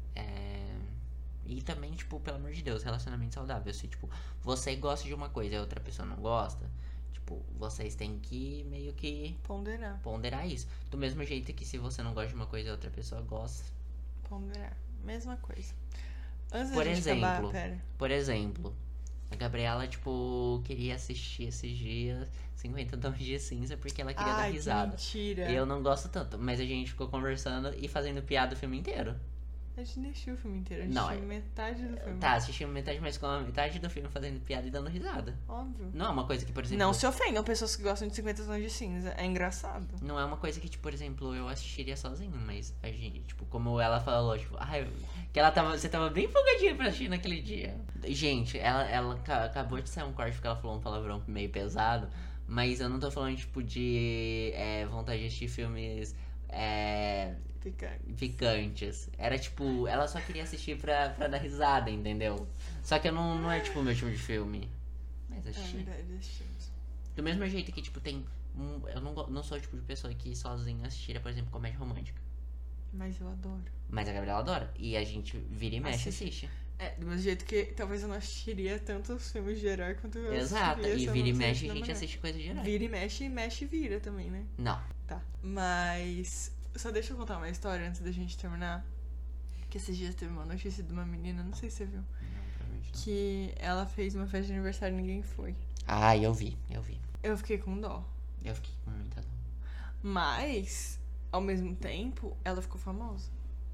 E também, tipo, pelo amor de Deus, relacionamento saudável. Se, tipo, você gosta de uma coisa e a outra pessoa não gosta, tipo, vocês têm que meio que Ponderar. isso. Do mesmo jeito que se você não gosta de uma coisa e a outra pessoa gosta. Ponderar. Mesma coisa. Antes Por da gente exemplo, acabar, pera. Por exemplo, a Gabriela, tipo, queria assistir esses dias 50 Tons de Cinza porque ela queria dar Ai, que risada. mentira. E eu não gosto tanto, mas a gente ficou conversando e fazendo piada o filme inteiro. A gente nem assistiu o filme inteiro, a gente Não, assistiu metade do filme. Tá, assistimos metade, mas com a metade do filme fazendo piada e dando risada. Óbvio. Não é uma coisa que, por exemplo... Não se ofendam pessoas que gostam de 50 tons de cinza. É engraçado. Não é uma coisa que, tipo, por exemplo, eu assistiria sozinho, mas a gente, tipo, como ela falou, tipo, ai, que você tava bem empolgadinha pra assistir naquele dia. Gente, ela acabou de sair um corte porque ela falou um palavrão meio pesado, mas eu não tô falando, tipo, de vontade de assistir filmes picantes. Era, tipo, ela só queria assistir pra dar risada, entendeu? Só que eu não é, tipo, o meu tipo de filme. Mas É assisti. verdade, assistimos. Do mesmo jeito que, tipo, tem... eu não sou o tipo de pessoa que sozinha assistiria, por exemplo, comédia romântica. Mas eu adoro. Mas a Gabriela adora. E a gente vira e mexe e assiste. É, do mesmo jeito que talvez eu não assistiria tanto os filmes de herói quanto eu Exato. assistiria. E se eu vira e não mexe assistisse e a da gente maneira. assiste coisa de herói. Vira e mexe e vira também, né? Não. Tá. Mas. Só deixa eu contar uma história antes da gente terminar. Que esses dias teve uma notícia de uma menina, não sei se você viu. Não, provavelmente não. Que ela fez uma festa de aniversário e ninguém foi. Ah, eu vi. Eu fiquei com dó. Eu fiquei com muita dor. Mas, ao mesmo tempo, ela ficou famosa.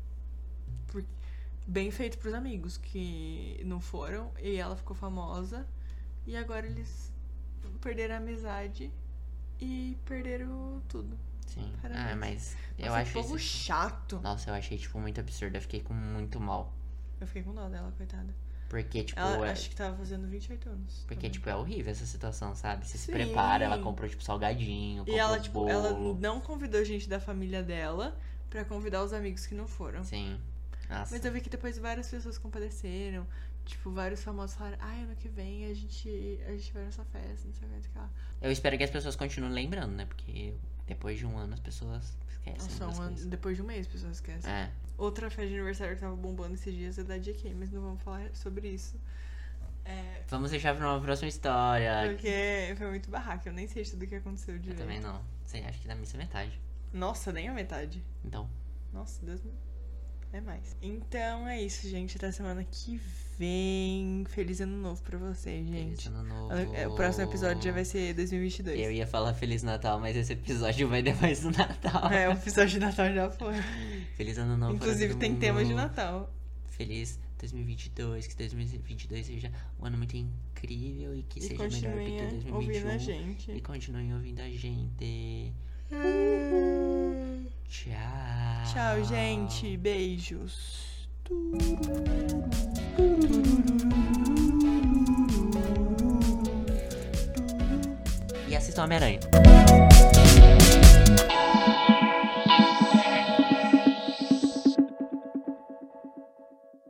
Bem feito pros amigos que não foram. E ela ficou famosa. E agora eles perderam a amizade. E perderam tudo. Sim. Parabéns. Ah, mas eu Nossa, acho povo isso... chato. Nossa, eu achei, tipo, muito absurdo. Eu fiquei com muito mal. Eu fiquei com dó dela, coitada. Porque, tipo, Ela acho que tava fazendo 28 anos. porque, também. tipo, é horrível essa situação, sabe? Você se Sim. prepara, ela comprou, tipo, salgadinho, E comprou ela, tipo, bolo. ela não convidou gente da família dela pra convidar os amigos que não foram. Sim. Nossa. Mas eu vi que depois várias pessoas compadeceram. Tipo, vários famosos falaram, ano que vem a gente vai nessa festa, não sei o que, não sei o que lá. Eu espero que as pessoas continuem lembrando, né? Porque depois de um ano as pessoas esquecem das coisas. Depois de um mês as pessoas esquecem. É. Outra festa de aniversário que tava bombando esses dias é da JK, mas não vamos falar sobre isso. Vamos deixar pra uma próxima história. Porque foi muito barraca, eu nem sei tudo o que aconteceu Eu direito. também não. Sei, acho que da missa é metade. Nossa, nem a metade. Então. Nossa, Deus me... É mais. Então é isso, gente. Até semana que vem. Feliz ano novo pra vocês, gente. Feliz ano novo. O próximo episódio já vai ser 2022. Eu ia falar Feliz Natal, mas esse episódio vai depois do Natal. O episódio de Natal já foi. Feliz ano novo. Inclusive tem tema de Natal. Feliz 2022, que 2022 seja um ano muito incrível e que seja melhor do que continuem 2021. ouvindo a gente. E continuem ouvindo a gente. Tchau. Tchau, gente. Beijos. E assistam Homem-Aranha.